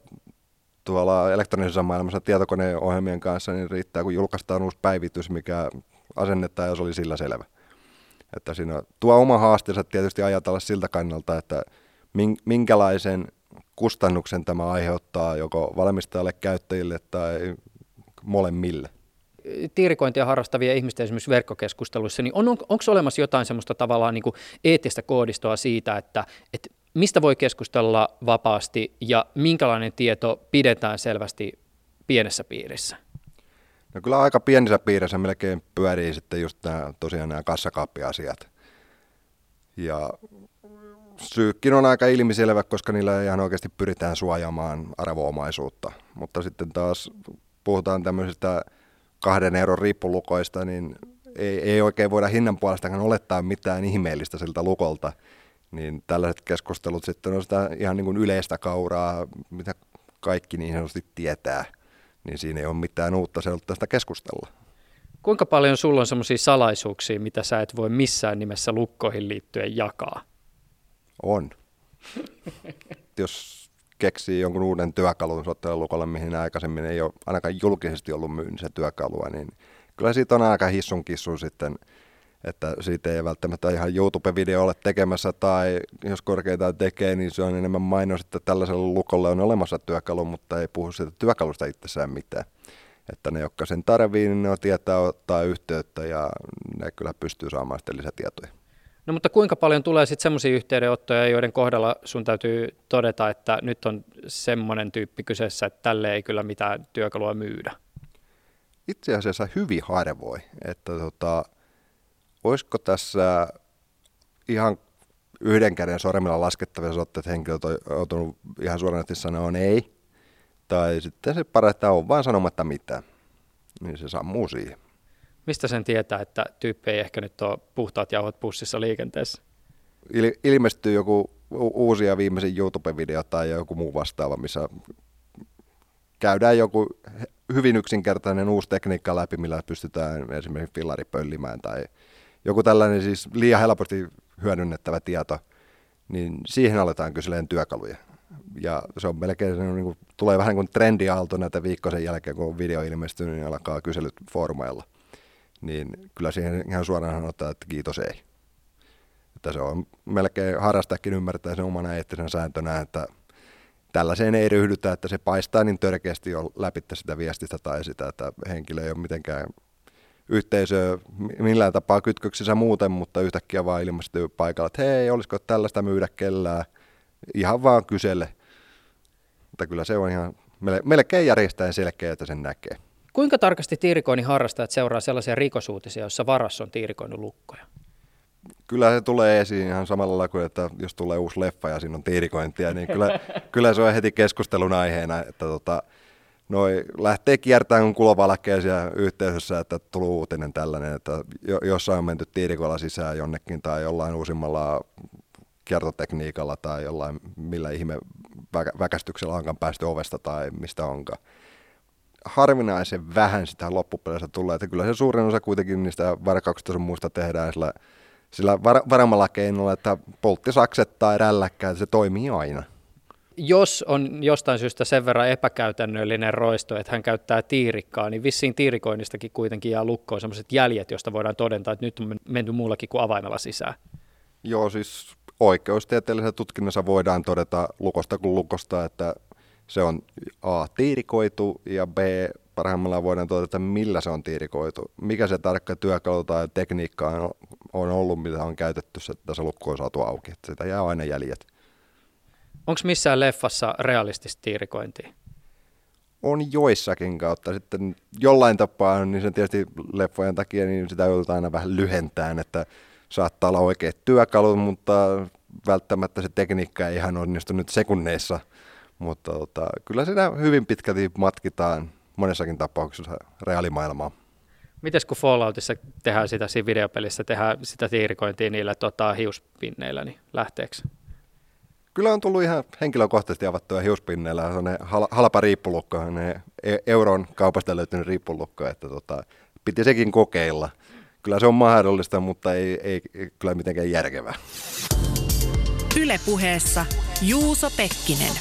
Speaker 4: tuolla elektronisessa maailmassa tietokoneohjelmien kanssa niin riittää, kun julkaistaan uusi päivitys, mikä asennetaan, jos oli sillä selvä. Että siinä tuo oma haasteensa tietysti ajatella siltä kannalta, että minkälaisen kustannuksen tämä aiheuttaa joko valmistajalle, käyttäjille tai molemmille.
Speaker 3: Tiirikointia harrastavia ihmisten esimerkiksi verkkokeskusteluissa, niin on, on, onko olemassa jotain semmoista tavallaan niin kuin eettistä koodistoa siitä, että, että mistä voi keskustella vapaasti ja minkälainen tieto pidetään selvästi pienessä piirissä?
Speaker 4: No kyllä aika pienissä piirissä melkein pyörii sitten just nämä, tosiaan nämä kassakaappiasiat. Ja syykin on aika ilmiselvä, koska niillä ihan oikeasti pyritään suojaamaan arvo-omaisuutta. Mutta sitten taas puhutaan tämmöisistä kahden euron riippulukoista, niin ei, ei oikein voida hinnan puolestakaan olettaa mitään ihmeellistä siltä lukolta. Niin tällaiset keskustelut sitten on sitä ihan niin kuin yleistä kauraa, mitä kaikki niin sanotusti tietää. Niin siinä ei ole mitään uutta sellaista keskustella.
Speaker 3: Kuinka paljon sulla on semmoisia salaisuuksia, mitä sä et voi missään nimessä lukkoihin liittyen jakaa?
Speaker 4: On. Jos keksii jonkun uuden työkalun sottelukolle, mihin aikaisemmin ei ole ainakaan julkisesti ollut myynnissä työkalua, niin kyllä siitä on aika hissun kissun sitten, että siitä ei välttämättä ihan YouTube-video ole tekemässä, tai jos korkeintaan tekee, niin se on enemmän mainos, että tällaisella lukolle on olemassa työkalu, mutta ei puhu siitä työkalusta itsessään mitään. Että ne, jotka sen tarvii, niin ne tietää ottaa yhteyttä, ja ne kyllä pystyy saamaan sitten lisätietoja.
Speaker 3: No mutta kuinka paljon tulee sitten semmoisia yhteydenottoja, joiden kohdalla sun täytyy todeta, että nyt on semmoinen tyyppi kyseessä, että tälle ei kyllä mitään työkalua myydä?
Speaker 4: Itse asiassa hyvin harvoin, että tota, olisiko tässä ihan yhden käden sormilla laskettavia soitteita, että henkilöt on joutunut ihan suoranaisesti sanoa ei, tai sitten se parhaiten on vaan sanomatta mitään, niin se sammuu siihen.
Speaker 3: Mistä sen tietää, että tyyppi ei ehkä nyt ole puhtaat jauhot pussissa liikenteessä?
Speaker 4: Il- ilmestyy joku u- uusi ja viimeisin YouTube-video tai joku muu vastaava, missä käydään joku hyvin yksinkertainen uusi tekniikka läpi, millä pystytään esimerkiksi fillari pöllimään tai joku tällainen siis liian helposti hyödynnettävä tieto, niin siihen aletaan kyselemään työkaluja. Ja se on melkein, se on niin kuin, tulee vähän kuin trendiaalto näitä viikkoisen jälkeen, kun video ilmestyy, niin alkaa kyselyt foorumeilla. Niin kyllä siihen ihan suoraan sanotaan, että kiitos ei. Että se on melkein harrastajakin ymmärtää sen omana eettisen sääntönä, että tällaiseen ei ryhdytä, että se paistaa niin törkeästi jo läpi sitä viestistä tai sitä, että henkilö ei ole mitenkään yhteisöä millään tapaa kytköksissä muuten, mutta yhtäkkiä vaan ilmestyy paikalla, että hei, olisiko tällaista myydä kellään, ihan vaan kysele. Mutta kyllä se on ihan melkein järjestäen selkeä, että sen näkee.
Speaker 3: Kuinka tarkasti tiirikoinnin harrastajat seuraa sellaisia rikosuutisia, joissa varassa on tiirikoinut lukkoja?
Speaker 4: Kyllä se tulee esiin ihan samalla lailla kuin, että jos tulee uusi leffa ja siinä on tiirikointia, niin kyllä, kyllä se on heti keskustelun aiheena, että tota, noi lähtee kiertämään kulovalkeisia yhteisössä, että tullut uutinen tällainen, että jossain on menty tiirikoilla sisään jonnekin tai jollain uusimmalla kiertotekniikalla tai jollain millä ihme väkästyksellä onkaan päästy ovesta tai mistä onkaan. Harvinaisen vähän sitä loppupeleissä tulee, että kyllä se suurin osa kuitenkin niistä varkauksista sun muista tehdään sillä, sillä var, varmalla keinolla, että polttisakset tai rälläkkäät, se toimii aina.
Speaker 3: Jos on jostain syystä sen verran epäkäytännöllinen roisto, että hän käyttää tiirikkaa, niin vissiin tiirikoinnistakin kuitenkin jää lukkoon sellaiset jäljet, joista voidaan todentaa, että nyt on menty muullakin kuin avaimella sisään.
Speaker 4: Joo, siis oikeustieteellisessä tutkinnassa voidaan todeta lukosta kuin lukosta, että se on A, tiirikoitu ja B, parhaimmillaan voidaan todeta, millä se on tiirikoitu. Mikä se tarkka työkalu tai tekniikka on, on ollut, mitä on käytetty, että se lukko on saatu auki. Että sitä jää aina jäljet.
Speaker 3: Onko missään leffassa realistista tiirikointia?
Speaker 4: On joissakin kautta. Sitten jollain tapaa, niin se tietysti leffojen takia, niin sitä joudutaan aina vähän lyhentämään, että saattaa olla oikeat työkalut, mutta välttämättä se tekniikka ei ihan onnistu nyt sekunneissa. Mutta tota, kyllä siinä hyvin pitkälti matkitaan monessakin tapauksessa reaalimaailmaa.
Speaker 3: Mites kun Falloutissa tehdään sitä siinä videopelissä, tehdään sitä tiirikointia niillä tota, hiuspinneillä, niin lähteekö?
Speaker 4: Kyllä on tullut ihan henkilökohtaisesti avattuja hiuspinneillä. Se on ne halpa riippulukko, ne euron kaupasta löytynyt riippulukko, että tota, piti sekin kokeilla. Kyllä se on mahdollista, mutta ei, ei, ei kyllä mitenkään järkevää.
Speaker 1: Yle Puheessa Juuso Pekkinen.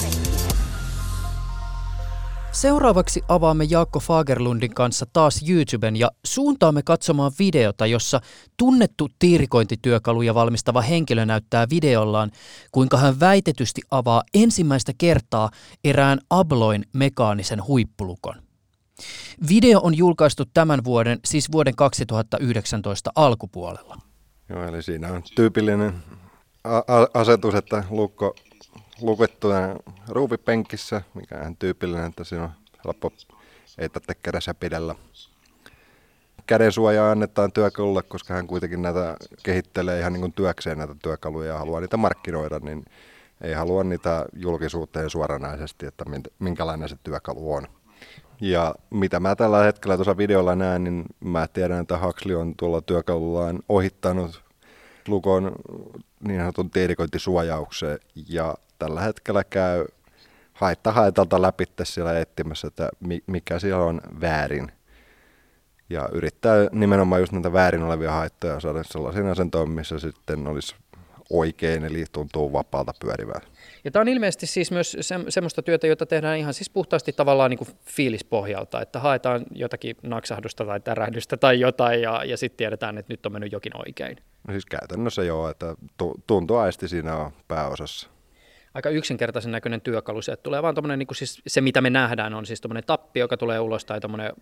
Speaker 2: Seuraavaksi avaamme Jaakko Fagerlundin kanssa taas YouTuben ja suuntaamme katsomaan videota, jossa tunnettu tiirikointityökaluja valmistava henkilö näyttää videollaan, kuinka hän väitetysti avaa ensimmäistä kertaa erään Abloyn mekaanisen huippulukon. Video on julkaistu tämän vuoden, siis vuoden kaksituhattayhdeksäntoista alkupuolella.
Speaker 4: Joo, eli siinä on tyypillinen a- asetus, että lukko lukettuna ruuvipenkissä, mikä on tyypillinen, että siinä on helppo, ei tarvitse kädessä pidellä. Kädensuojaa annetaan työkalulle, koska hän kuitenkin näitä kehittelee ihan niin kuin työkseen näitä työkaluja ja haluaa niitä markkinoida, niin ei halua niitä julkisuuteen suoranaisesti, että minkälainen se työkalu on. Ja mitä mä tällä hetkellä tuossa videolla näen, niin mä tiedän, että Huxley on tuolla työkalullaan ohittanut lukon niin sanotun tiirikointisuojaukseen ja tällä hetkellä käy haitta haitalta läpi siellä etsimässä, että mikä siellä on väärin. Ja yrittää nimenomaan just näitä väärin olevia haittoja saada sellaisiin asentoon, missä sitten olisi oikein, eli tuntuu vapaalta pyörivää.
Speaker 3: Ja tämä on ilmeisesti siis myös se, semmoista työtä, jota tehdään ihan siis puhtaasti tavallaan niin kuin fiilispohjalta, että haetaan jotakin naksahdusta tai tärähdystä tai jotain ja, ja sitten tiedetään, että nyt on mennyt jokin oikein. No
Speaker 4: siis käytännössä joo, että tuntoaisti siinä on pääosassa.
Speaker 3: Aika yksinkertaisen näköinen työkalu, se, että tulee vaan tommoinen, niin kuin siis se mitä me nähdään on siis tommoinen tappi, joka tulee ulos tai tommoinen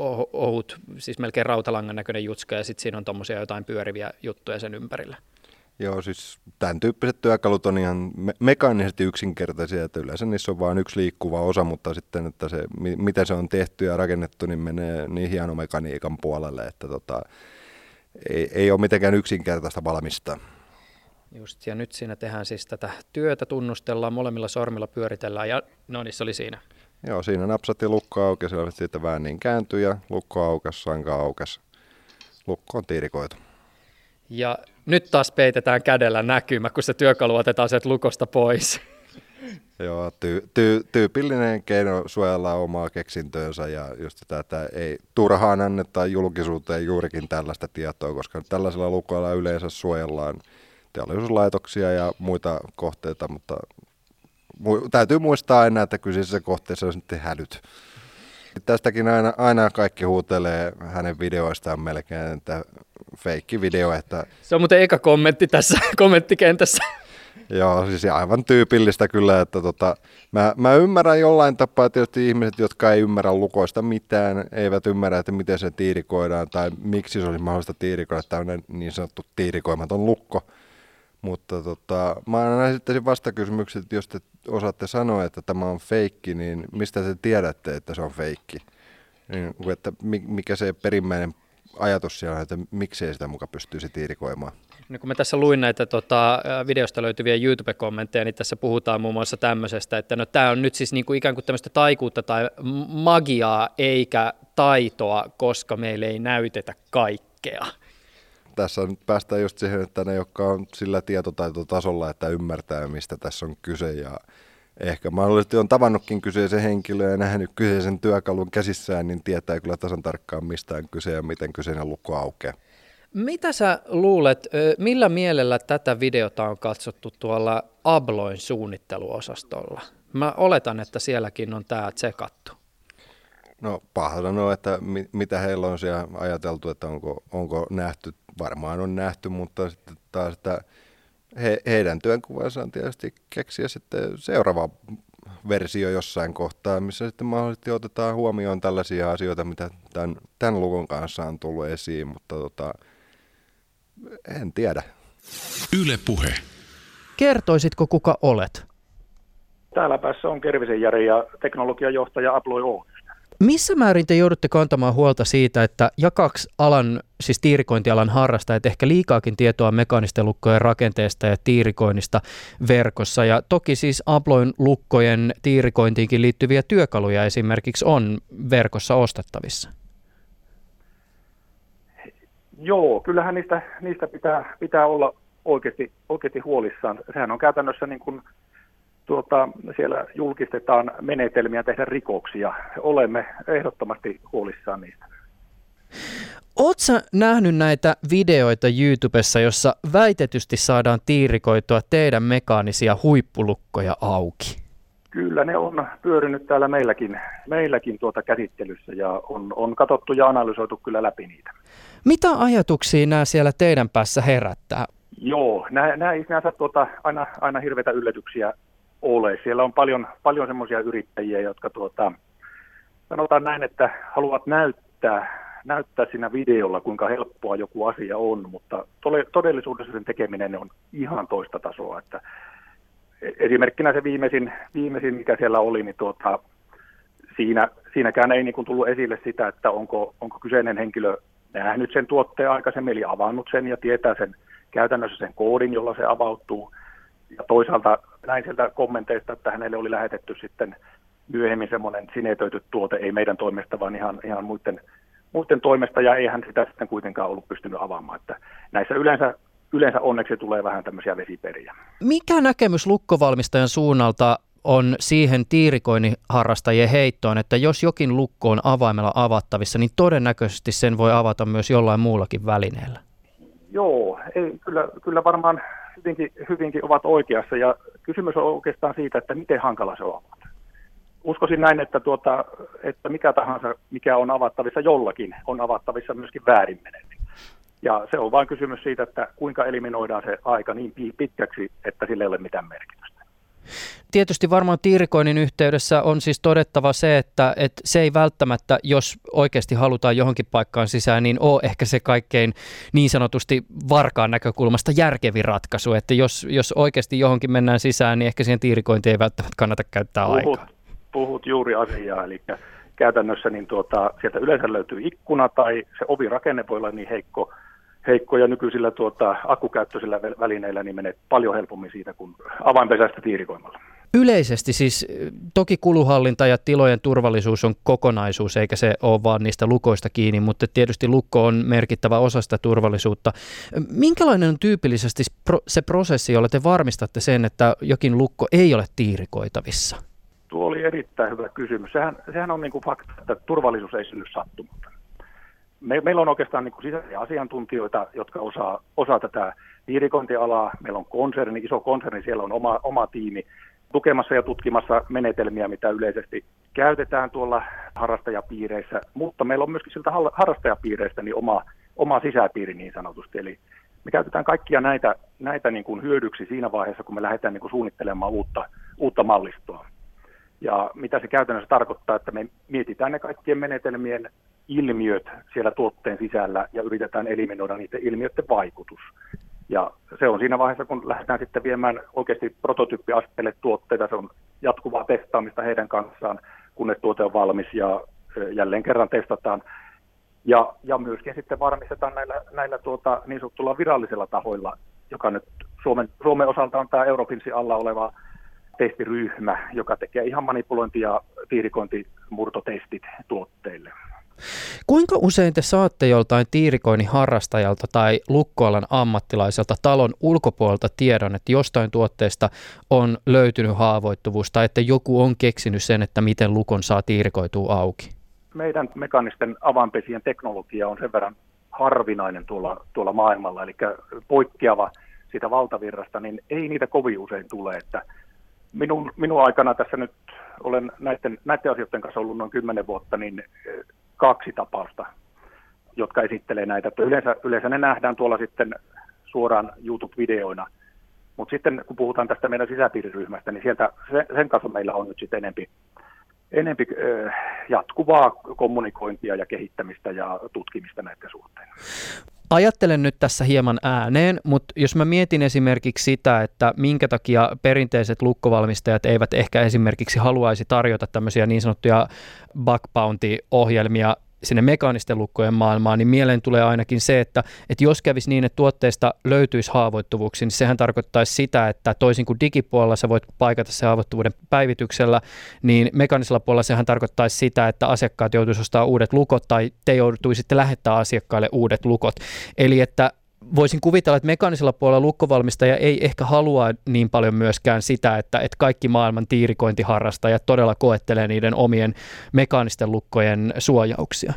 Speaker 3: ohut, siis melkein rautalangan näköinen jutska ja sitten siinä on tommosia jotain pyöriviä juttuja sen ympärillä.
Speaker 4: Joo, siis tämän tyyppiset työkalut on ihan me- mekaanisesti yksinkertaisia, että yleensä niissä on vain yksi liikkuva osa, mutta sitten, että se, mi- miten se on tehty ja rakennettu, niin menee niin hienomekaniikan puolelle, että tota, ei, ei ole mitenkään yksinkertaista valmistaa.
Speaker 3: Just, ja nyt siinä tehdään siis tätä työtä, tunnustellaan, molemmilla sormilla pyöritellään, ja no niin, se oli siinä.
Speaker 4: Joo, siinä napsattiin lukko auki, ja siitä vähän niin kääntyi, ja lukko aukesi, sanka aukesi. Lukko on tiirikoitu.
Speaker 3: Ja nyt taas peitetään kädellä näkymä, kun se työkalu otetaan sieltä lukosta pois.
Speaker 4: Joo, ty- ty- tyypillinen keino suojella omaa keksintöönsä ja just sitä, että ei turhaan anneta julkisuuteen juurikin tällaista tietoa, koska tällaisella lukoilla yleensä suojellaan teollisuuslaitoksia ja muita kohteita, mutta mu- täytyy muistaa aina, että kyseisessä kohteessa on sitten hälyt. Tästäkin aina, aina kaikki huutelee hänen videoistaan melkein, että feikki video. Että
Speaker 3: Se on muuten eka kommentti tässä kommenttikentässä.
Speaker 4: Joo, siis aivan tyypillistä kyllä, että tota, mä, mä ymmärrän jollain tapaa tietysti ihmiset, jotka ei ymmärrä lukoista mitään, eivät ymmärrä, että miten se tiirikoidaan tai miksi se olisi mahdollista tiirikoida tämmöinen niin sanottu tiirikoimaton lukko. Mutta tota, mä aina esittäisin vastakysymykset, että jos te osaatte sanoa, että tämä on feikki, niin mistä te tiedätte, että se on feikki? Niin, että mikä se perimmäinen ajatus siellä on, että miksei sitä muka pystyisi tiirikoimaan?
Speaker 3: No, kun mä tässä luin näitä tota, videosta löytyviä YouTube-kommentteja, niin tässä puhutaan muun muassa tämmöisestä, että no tämä on nyt siis niinku ikään kuin tämmöistä taikuutta tai magiaa eikä taitoa, koska meille ei näytetä kaikkea.
Speaker 4: Tässä nyt päästään just siihen, että ne, jotka on sillä tietotaitotasolla, että ymmärtää, mistä tässä on kyse ja ehkä mahdollisesti on tavannutkin kyseisen henkilön ja nähnyt kyseisen työkalun käsissään, niin tietää kyllä tasan tarkkaan, mistä on kyse ja miten kyseinen lukko aukeaa.
Speaker 3: Mitä sä luulet, millä mielellä tätä videota on katsottu tuolla Abloyn suunnitteluosastolla? Mä oletan, että sielläkin on tämä tsekattu.
Speaker 4: No paha sanoa, että mi- mitä heillä on siellä ajateltu, että onko, onko nähty, varmaan on nähty, mutta sitten taas että he, heidän työnkuvansa on tietysti keksiä sitten seuraava versio jossain kohtaa, missä sitten mahdollisesti otetaan huomioon tällaisia asioita, mitä tämän, tämän lukon kanssa on tullut esiin, mutta tota, en tiedä.
Speaker 5: Yle Puhe.
Speaker 2: Kertoisitko, kuka olet?
Speaker 6: Täällä päässä on Kervisen Jari ja teknologiajohtaja Abloy Oy:stä.
Speaker 2: Missä määrin te joudutte kantamaan huolta siitä, että jakaks alan, siis tiirikointialan harrastajat ehkä liikaakin tietoa mekaanisten lukkojen rakenteesta ja tiirikoinnista verkossa, ja toki siis Abloyn lukkojen tiirikointiinkin liittyviä työkaluja esimerkiksi on verkossa ostettavissa?
Speaker 6: Joo, kyllähän niistä, niistä pitää, pitää olla oikeasti, oikeasti huolissaan. Sehän on käytännössä niin kuin tuota, siellä julkistetaan menetelmiä tehdä rikoksia. Olemme ehdottomasti huolissaan niistä.
Speaker 2: Ootko sä nähnyt näitä videoita YouTubessa, jossa väitetysti saadaan tiirikoitua teidän mekaanisia huippulukkoja auki?
Speaker 6: Kyllä ne on pyörinyt täällä meilläkin, meilläkin tuota käsittelyssä ja on, on katsottu ja analysoitu kyllä läpi niitä.
Speaker 2: Mitä ajatuksia nämä siellä teidän päässä herättää?
Speaker 6: Joo, nämä, nämä ei sinänsä tuota, aina, aina hirveitä yllätyksiä ole. Siellä on paljon, paljon semmoisia yrittäjiä, jotka tuota, sanotaan näin, että haluavat näyttää, näyttää siinä videolla, kuinka helppoa joku asia on, mutta todellisuudessa sen tekeminen on ihan toista tasoa. Että esimerkkinä se viimeisin, viimeisin, mikä siellä oli, niin tuota, siinä, siinäkään ei niin kuin tullut esille sitä, että onko, onko kyseinen henkilö nähnyt sen tuotteen aikaisemmin, eli avannut sen ja tietää sen käytännössä sen koodin, jolla se avautuu. Ja toisaalta näin sieltä kommenteista, että hänelle oli lähetetty sitten myöhemmin semmoinen sinetöity tuote, ei meidän toimesta, vaan ihan, ihan muiden, muiden toimesta, ja ei hän sitä sitten kuitenkaan ollut pystynyt avaamaan. Että näissä yleensä, yleensä onneksi tulee vähän tämmöisiä vesiperiä.
Speaker 2: Mikä näkemys lukkovalmistajan suunnalta on siihen tiirikoinnin harrastajien heittoon, että jos jokin lukko on avaimella avattavissa, niin todennäköisesti sen voi avata myös jollain muullakin välineellä?
Speaker 6: Joo, ei, kyllä, kyllä varmaan hyvinkin, hyvinkin ovat oikeassa, ja kysymys on oikeastaan siitä, että miten hankala se on avata. Uskoisin näin, että, tuota, että mikä tahansa, mikä on avattavissa jollakin, on avattavissa myöskin väärin menetin. Ja se on vain kysymys siitä, että kuinka eliminoidaan se aika niin pitkäksi, että sillä ei ole mitään merkitystä.
Speaker 2: Tietysti varmaan tiirikoinnin yhteydessä on siis todettava se, että, että se ei välttämättä, jos oikeasti halutaan johonkin paikkaan sisään, niin ole ehkä se kaikkein niin sanotusti varkaan näkökulmasta järkevin ratkaisu. Että jos, jos oikeasti johonkin mennään sisään, niin ehkä siihen tiirikointiin ei välttämättä kannata käyttää
Speaker 6: puhut,
Speaker 2: aikaa.
Speaker 6: Puhut juuri asiaa, eli käytännössä niin tuota, sieltä yleensä löytyy ikkuna tai se ovirakenne voi olla niin heikko, heikko ja nykyisillä tuota, akkukäyttöisillä välineillä niin menee paljon helpommin siitä kuin avainpesästä tiirikoimalla.
Speaker 2: Yleisesti siis toki kuluhallinta ja tilojen turvallisuus on kokonaisuus, eikä se ole vaan niistä lukoista kiinni, mutta tietysti lukko on merkittävä osa sitä turvallisuutta. Minkälainen on tyypillisesti se prosessi, jolla te varmistatte sen, että jokin lukko ei ole tiirikoitavissa?
Speaker 6: Tuo oli erittäin hyvä kysymys. Sehän, sehän on niin kuin fakta, että turvallisuus ei synny sattumalta. Me, meillä on oikeastaan niin kuin sisäisiä asiantuntijoita, jotka osaa, osaa tätä tiirikointialaa. Meillä on konserni, iso konserni, siellä on oma, oma tiimi tukemassa ja tutkimassa menetelmiä, mitä yleisesti käytetään tuolla harrastajapiireissä, mutta meillä on myöskin siltä harrastajapiireistä niin oma, oma sisäpiiri niin sanotusti. Eli me käytetään kaikkia näitä, näitä niin kuin hyödyksi siinä vaiheessa, kun me lähdetään niin kuin suunnittelemaan uutta, uutta mallistoa. Ja mitä se käytännössä tarkoittaa, että me mietitään ne kaikkien menetelmien ilmiöt siellä tuotteen sisällä ja yritetään eliminoida niiden ilmiöiden vaikutus. Ja se on siinä vaiheessa, kun lähdetään sitten viemään oikeasti prototyyppiasteelle tuotteita, se on jatkuvaa testaamista heidän kanssaan, kunnes tuote on valmis ja jälleen kerran testataan. Ja, ja myöskin sitten varmistetaan näillä, näillä tuota, niin sanottuilla virallisilla tahoilla, joka nyt Suomen, Suomen osalta on tämä Europinsin alla oleva testiryhmä, joka tekee ihan manipulointi- ja tiirikointimurtotestit tuotteille.
Speaker 2: Kuinka usein te saatte joltain tiirikoinnin harrastajalta tai lukkoalan ammattilaiselta talon ulkopuolelta tiedon, että jostain tuotteesta on löytynyt haavoittuvuus tai että joku on keksinyt sen, että miten lukon saa tiirikoitua auki?
Speaker 6: Meidän mekaanisten avainpesien teknologia on sen verran harvinainen tuolla, tuolla maailmalla, eli poikkeava siitä valtavirrasta, niin ei niitä kovin usein tule, että minun, minun aikana tässä nyt olen näiden, näiden asioiden kanssa ollut noin kymmenen vuotta, niin kaksi tapausta, jotka esittelee näitä. Että yleensä, yleensä ne nähdään tuolla sitten suoraan YouTube-videoina, mutta sitten kun puhutaan tästä meidän sisäpiiriryhmästä, niin sieltä sen kanssa meillä on nyt sitten enempi, enempi äh, jatkuvaa kommunikointia ja kehittämistä ja tutkimista näiden suhteen.
Speaker 2: Ajattelen nyt tässä hieman ääneen, mutta jos mä mietin esimerkiksi sitä, että minkä takia perinteiset lukkovalmistajat eivät ehkä esimerkiksi haluaisi tarjota tämmöisiä niin sanottuja bug bounty-ohjelmia sinne mekaanisten lukkojen maailmaan, niin mieleen tulee ainakin se, että, että jos kävisi niin, että tuotteesta löytyisi haavoittuvuuksia, niin sehän tarkoittaisi sitä, että toisin kuin digipuolella sä voit paikata se haavoittuvuuden päivityksellä, niin mekaanisella puolella sehän tarkoittaisi sitä, että asiakkaat joutuisivat ostamaan uudet lukot tai te joutuisitte lähettää asiakkaille uudet lukot. Eli että voisin kuvitella, että mekaanisella puolella lukkovalmistaja ei ehkä halua niin paljon myöskään sitä, että, että kaikki maailman tiirikointiharrastajat todella koettelee niiden omien mekaanisten lukkojen suojauksia.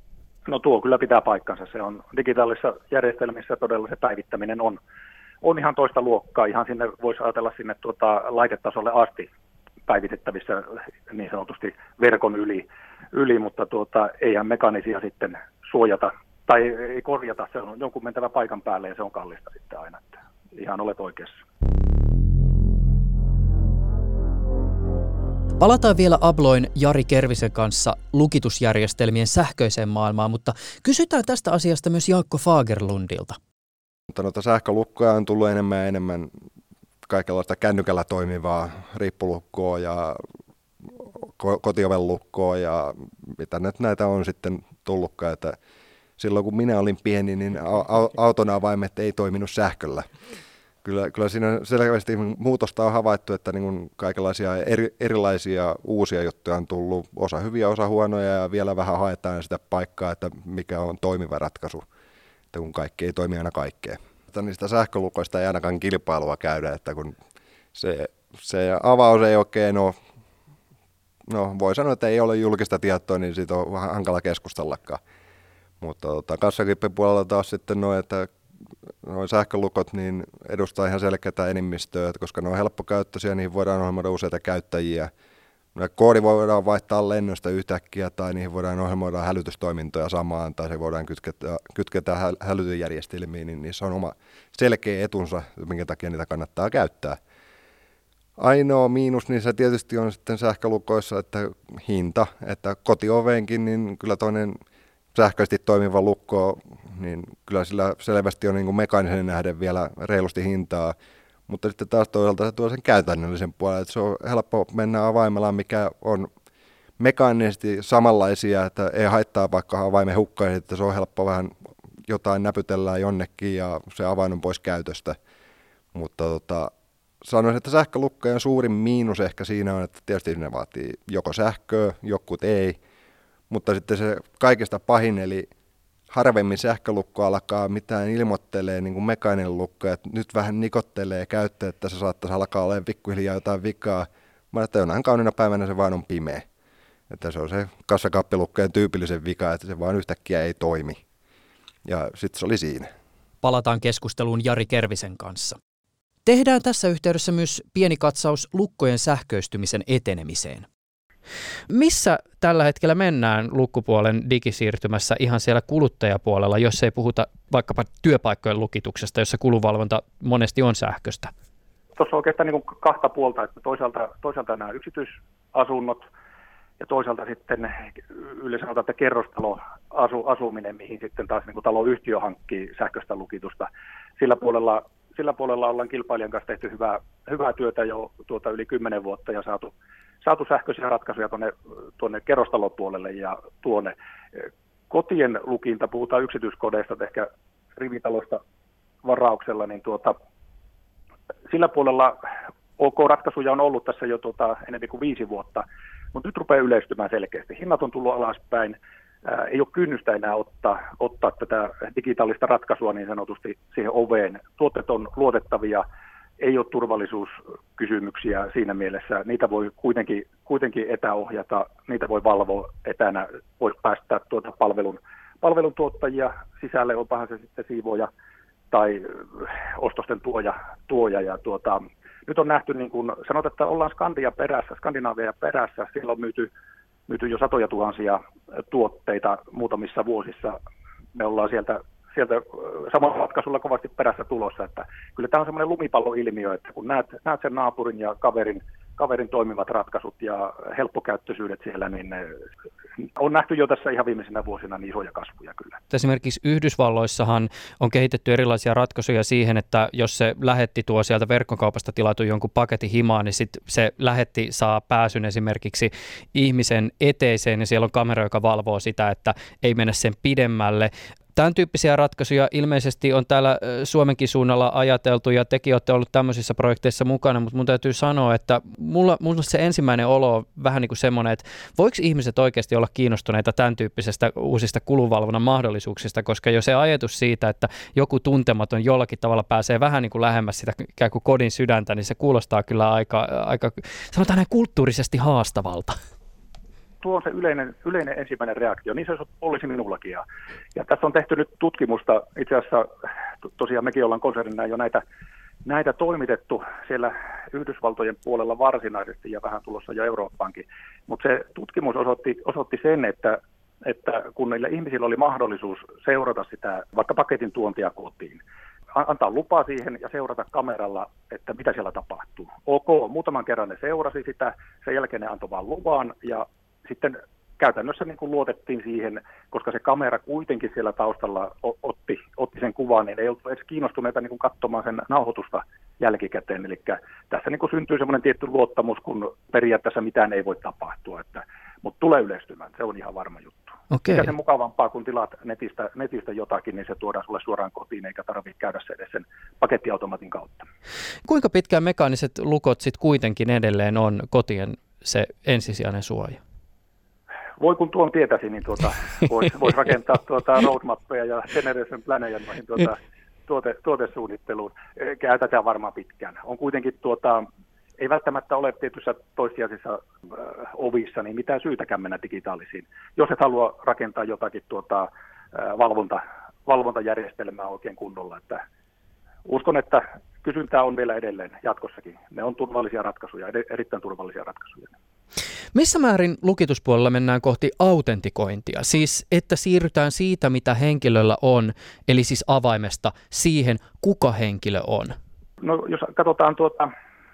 Speaker 6: No tuo kyllä pitää paikkansa. Se on digitaalisissa järjestelmissä todella se päivittäminen on, on ihan toista luokkaa. Ihan sinne voisi ajatella sinne tuota laitetasolle asti päivitettävissä niin sanotusti verkon yli, yli mutta tuota, eihän mekaanisia sitten suojata tai ei korjata, se on jonkun mentävä paikan päälle ja se on kallista sitten aina. Että ihan olet oikeassa.
Speaker 2: Palataan vielä Abloyn Jari Kervisen kanssa lukitusjärjestelmien sähköiseen maailmaan, mutta kysytään tästä asiasta myös Jaakko Fagerlundilta.
Speaker 4: Noita sähkölukkoja on tullut enemmän ja enemmän kaikenlaista kännykällä toimivaa riippulukkoa ja kotioven lukkoa ja mitä nyt näitä on sitten tullutkaan, että silloin kun minä olin pieni, niin auton avaimet ei toiminut sähköllä. Kyllä, kyllä siinä selvästi muutosta on havaittu, että niin kuin kaikenlaisia eri, erilaisia uusia juttuja on tullut, osa hyviä, osa huonoja ja vielä vähän haetaan sitä paikkaa, että mikä on toimiva ratkaisu, että kun kaikki ei toimi aina kaikkea. Että niistä sähkölukoista ei ainakaan kilpailua käydä, että kun se, se avaus ei oikein ole, no voi sanoa, että ei ole julkista tietoa, niin siitä on vähän hankala keskustellakaan. Mutta tota, kassakippipuolella taas sitten noin, että noin sähkölukot niin edustaa ihan selkeää enemmistöä, koska ne on helppokäyttöisiä, niihin voidaan ohjelmoida useita käyttäjiä. Koodi voidaan vaihtaa lennosta yhtäkkiä tai niihin voidaan ohjelmoida hälytystoimintoja samaan tai se voidaan kytketä, kytketä hälytysjärjestelmiin, niin niissä on oma selkeä etunsa, minkä takia niitä kannattaa käyttää. Ainoa miinus niissä tietysti on sitten sähkölukoissa, että hinta, että kotioveenkin, niin kyllä toinen sähköisesti toimiva lukko, niin kyllä sillä selvästi on niin kuin mekaanisen nähden vielä reilusti hintaa, mutta sitten taas toisaalta se tuo sen käytännöllisen puolen, että se on helppo mennä avaimella, mikä on mekaanisesti samanlaisia, että ei haittaa vaikka avaimen hukkaan, että se on helppo vähän jotain näpytellään jonnekin ja se avain on pois käytöstä, mutta tota, sanoisin, että sähkölukkojen suurin miinus ehkä siinä on, että tietysti ne vaatii joko sähköä, jokut ei, mutta sitten se kaikista pahin, eli harvemmin sähkölukko alkaa mitään ilmoittelee niin kuin mekaaninen lukko, että nyt vähän nikottelee käyttö, että se saattaisi alkaa olemaan pikkuhiljaa jotain vikaa, mutta että jonain kauniina päivänä se vain on pimeä. Että se on se kassakaappilukkojen tyypillisen vika, että se vaan yhtäkkiä ei toimi. Ja sitten se oli siinä.
Speaker 2: Palataan keskusteluun Jari Kervisen kanssa. Tehdään tässä yhteydessä myös pieni katsaus lukkojen sähköistymisen etenemiseen.
Speaker 3: Missä tällä hetkellä mennään lukkupuolen digisiirtymässä ihan siellä kuluttajapuolella, jos ei puhuta vaikkapa työpaikkojen lukituksesta, jossa kulunvalvonta monesti on sähköistä?
Speaker 6: Tuossa on oikeastaan niin kuin kahta puolta, että toisaalta, toisaalta nämä yksityisasunnot ja toisaalta sitten yleensä sanotaan, että kerrostaloasuminen, mihin sitten taas niin kuin taloyhtiö hankkii sähköistä lukitusta. Sillä puolella, sillä puolella ollaan kilpailijan kanssa tehty hyvää, hyvää työtä jo tuota yli kymmenen vuotta ja saatu saatu sähköisiä ratkaisuja tuonne, tuonne kerrostalopuolelle ja tuonne kotien lukinta, puhutaan yksityiskodeista, ehkä rivitalosta varauksella, niin tuota, sillä puolella OK-ratkaisuja on ollut tässä jo tuota, enemmän kuin viisi vuotta, mutta nyt rupeaa yleistymään selkeästi. Hinnat on tullut alaspäin, ää, ei ole kynnystä enää ottaa, ottaa tätä digitaalista ratkaisua niin sanotusti siihen oveen. Tuotteet on luotettavia. Ei ole turvallisuuskysymyksiä siinä mielessä. Niitä voi kuitenkin, kuitenkin etäohjata, niitä voi valvoa etänä, voi päästää tuota palvelun, palveluntuottajia sisälle, onpahan se sitten siivooja tai ostosten tuoja. tuoja ja tuota, nyt on nähty, niin kuin sanotaan, että ollaan Skandia perässä, Skandinaavia perässä, siellä on myyty, myyty jo satoja tuhansia tuotteita muutamissa vuosissa. Me ollaan sieltä sieltä samalla ratkaisulla kovasti perässä tulossa, että kyllä tämä on semmoinen lumipalloilmiö, että kun näet, näet sen naapurin ja kaverin, kaverin toimivat ratkaisut ja helppokäyttöisyydet siellä, niin on nähty jo tässä ihan viimeisinä vuosina niin isoja kasvuja kyllä.
Speaker 3: Esimerkiksi Yhdysvalloissahan on kehitetty erilaisia ratkaisuja siihen, että jos se lähetti tuo sieltä verkkokaupasta tilatun jonkun paketin himaan, niin sit se lähetti saa pääsyn esimerkiksi ihmisen eteiseen ja siellä on kamera, joka valvoo sitä, että ei mennä sen pidemmälle. Tämän tyyppisiä ratkaisuja ilmeisesti on täällä Suomenkin suunnalla ajateltu ja tekin olette ollut tämmöisissä projekteissa mukana, mutta mun täytyy sanoa, että mulla, mulla se ensimmäinen olo on vähän niin kuin semmoinen, että voiko ihmiset oikeasti olla kiinnostuneita tämän tyyppisestä uusista kulunvalvonnan mahdollisuuksista, koska jo se ajatus siitä, että joku tuntematon jollakin tavalla pääsee vähän niin kuin lähemmäs sitä ikään kuin kodin sydäntä, niin se kuulostaa kyllä aika, aika sanotaan näin kulttuurisesti haastavalta.
Speaker 6: Tuo on se yleinen, yleinen ensimmäinen reaktio, niin se olisi minullakin. Ja, ja tässä on tehty nyt tutkimusta, itse asiassa to, tosiaan mekin ollaan konsernina jo näitä, näitä toimitettu siellä Yhdysvaltojen puolella varsinaisesti ja vähän tulossa jo Eurooppaankin. Mutta se tutkimus osoitti, osoitti sen, että, että kun niillä ihmisillä oli mahdollisuus seurata sitä vaikka paketin tuontia kotiin, antaa lupa siihen ja seurata kameralla, että mitä siellä tapahtuu. Ok, muutaman kerran ne seurasi sitä, sen jälkeen ne antoi vaan luvan ja sitten käytännössä niin kuin luotettiin siihen, koska se kamera kuitenkin siellä taustalla otti, otti sen kuvan, niin ei ollut edes kiinnostuneita niin kuin katsomaan sen nauhoitusta jälkikäteen. Eli tässä niin kuin syntyy semmoinen tietty luottamus, kun periaatteessa mitään ei voi tapahtua, että, mutta tulee yleistymään, se on ihan varma juttu.
Speaker 2: Okei.
Speaker 6: Mikä se mukavampaa, kun tilaat netistä, netistä jotakin, niin se tuodaan sulle suoraan kotiin, eikä tarvitse käydä se edes sen pakettiautomatin kautta.
Speaker 3: Kuinka pitkään mekaaniset lukot sitten kuitenkin edelleen on kotien se ensisijainen suoja?
Speaker 6: Voi kun tuon tietäisi, niin tuota, voisi vois rakentaa tuota roadmappeja ja generation planeja noihin tuota, tuote, tuotesuunnitteluun. Käytetään varmaan pitkään. On kuitenkin, tuota, ei välttämättä ole tietyissä toissijaisissa äh, ovissa niin mitään syytäkään mennä digitaalisiin. Jos et halua rakentaa jotakin tuota, äh, valvonta, valvontajärjestelmää oikein kunnolla. Että uskon, että kysyntää on vielä edelleen jatkossakin. Ne on turvallisia ratkaisuja, erittäin turvallisia ratkaisuja.
Speaker 2: Missä määrin lukituspuolella mennään kohti autentikointia? Siis, että siirrytään siitä, mitä henkilöllä on, eli siis avaimesta, siihen, kuka henkilö on?
Speaker 6: No, jos katsotaan tuota,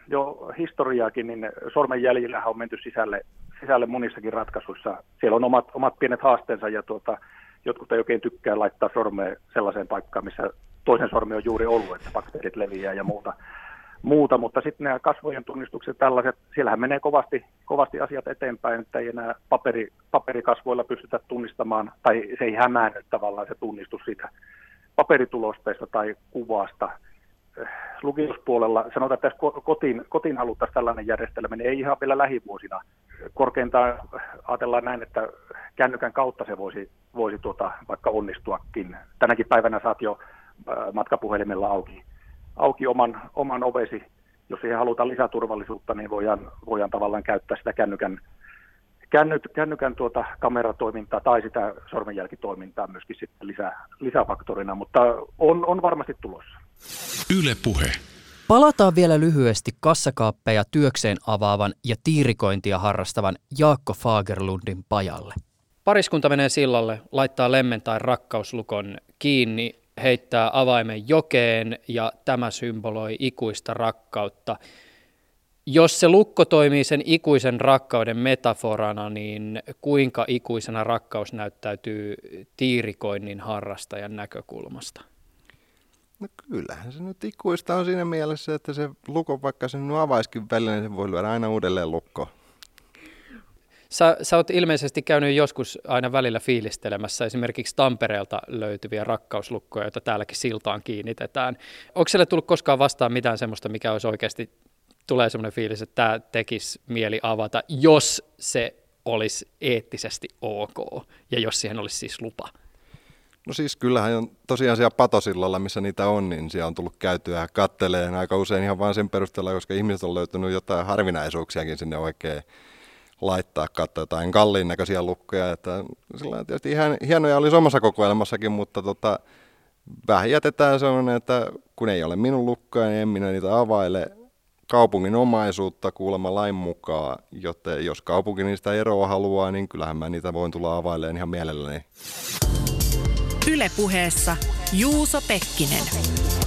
Speaker 6: jo historiaakin, niin sormenjäljillähän on menty sisälle, sisälle monissakin ratkaisuissa. Siellä on omat, omat pienet haasteensa ja tuota, jotkut ei oikein tykkää laittaa sormea sellaiseen paikkaan, missä toisen sormi on juuri ollut, että bakteerit leviää ja muuta. muuta. Mutta sitten nämä kasvojen tunnistukset tällaiset, siellähän menee kovasti, kovasti asiat eteenpäin, että ei enää paperi, paperikasvoilla pystytä tunnistamaan, tai se ei hämäänny tavallaan se tunnistus siitä paperitulosteesta tai kuvasta. Lukiopuolella sanotaan, että tässä kotiin, kotiin haluttaisiin tällainen järjestelmä, niin ei ihan vielä lähivuosina. Korkeintaan ajatellaan näin, että kännykän kautta se voisi, voisi tuota, vaikka onnistuakin. Tänäkin päivänä saat jo matkapuhelimella auki, auki oman, oman ovesi. Jos siihen halutaan lisäturvallisuutta, niin voidaan, voidaan tavallaan käyttää sitä kännykän, kännyt, kännykän tuota kameratoimintaa tai sitä sormenjälkitoimintaa myöskin sitten lisä, lisäfaktorina, mutta on, on varmasti tulossa.
Speaker 5: Yle Puhe.
Speaker 2: Palataan vielä lyhyesti kassakaappeja työkseen avaavan ja tiirikointia harrastavan Jaakko Fagerlundin pajalle.
Speaker 3: Pariskunta menee sillalle, laittaa lemmen tai rakkauslukon kiinni, heittää avaimen jokeen ja tämä symboloi ikuista rakkautta. Jos se lukko toimii sen ikuisen rakkauden metaforana, niin kuinka ikuisena rakkaus näyttäytyy tiirikoinnin harrastajan näkökulmasta?
Speaker 4: No kyllähän se nyt ikuista on siinä mielessä, että se lukon, vaikka se nyt avaisikin välillä, niin se voi lyödä aina uudelleen lukkoon.
Speaker 3: Sä, sä oot ilmeisesti käynyt joskus aina välillä fiilistelemässä esimerkiksi Tampereelta löytyviä rakkauslukkoja, joita täälläkin siltaan kiinnitetään. Onko siellä tullut koskaan vastaan mitään semmoista, mikä olisi oikeasti, tulee semmoinen fiilis, että tämä tekisi mieli avata, jos se olisi eettisesti ok ja jos siihen olisi siis lupa?
Speaker 4: No siis kyllähän on tosiaan siellä Patosillalla, missä niitä on, niin siellä on tullut käytyä katteleen aika usein ihan vain sen perusteella, koska ihmiset on löytynyt jotain harvinaisuuksiakin sinne oikein laittaa, katsoa jotain kalliin näköisiä lukkoja. Että sillä tietysti ihan hienoja olisi omassa kokoelmassakin, mutta tota, vähän jätetään sellainen, että kun ei ole minun lukkoja, niin en minä niitä availe. Kaupungin omaisuutta kuulemma lain mukaan, joten jos kaupunki niistä eroa haluaa, niin kyllähän mä niitä voin tulla availemaan ihan mielelläni.
Speaker 1: Yle Puheessa Juuso Pekkinen.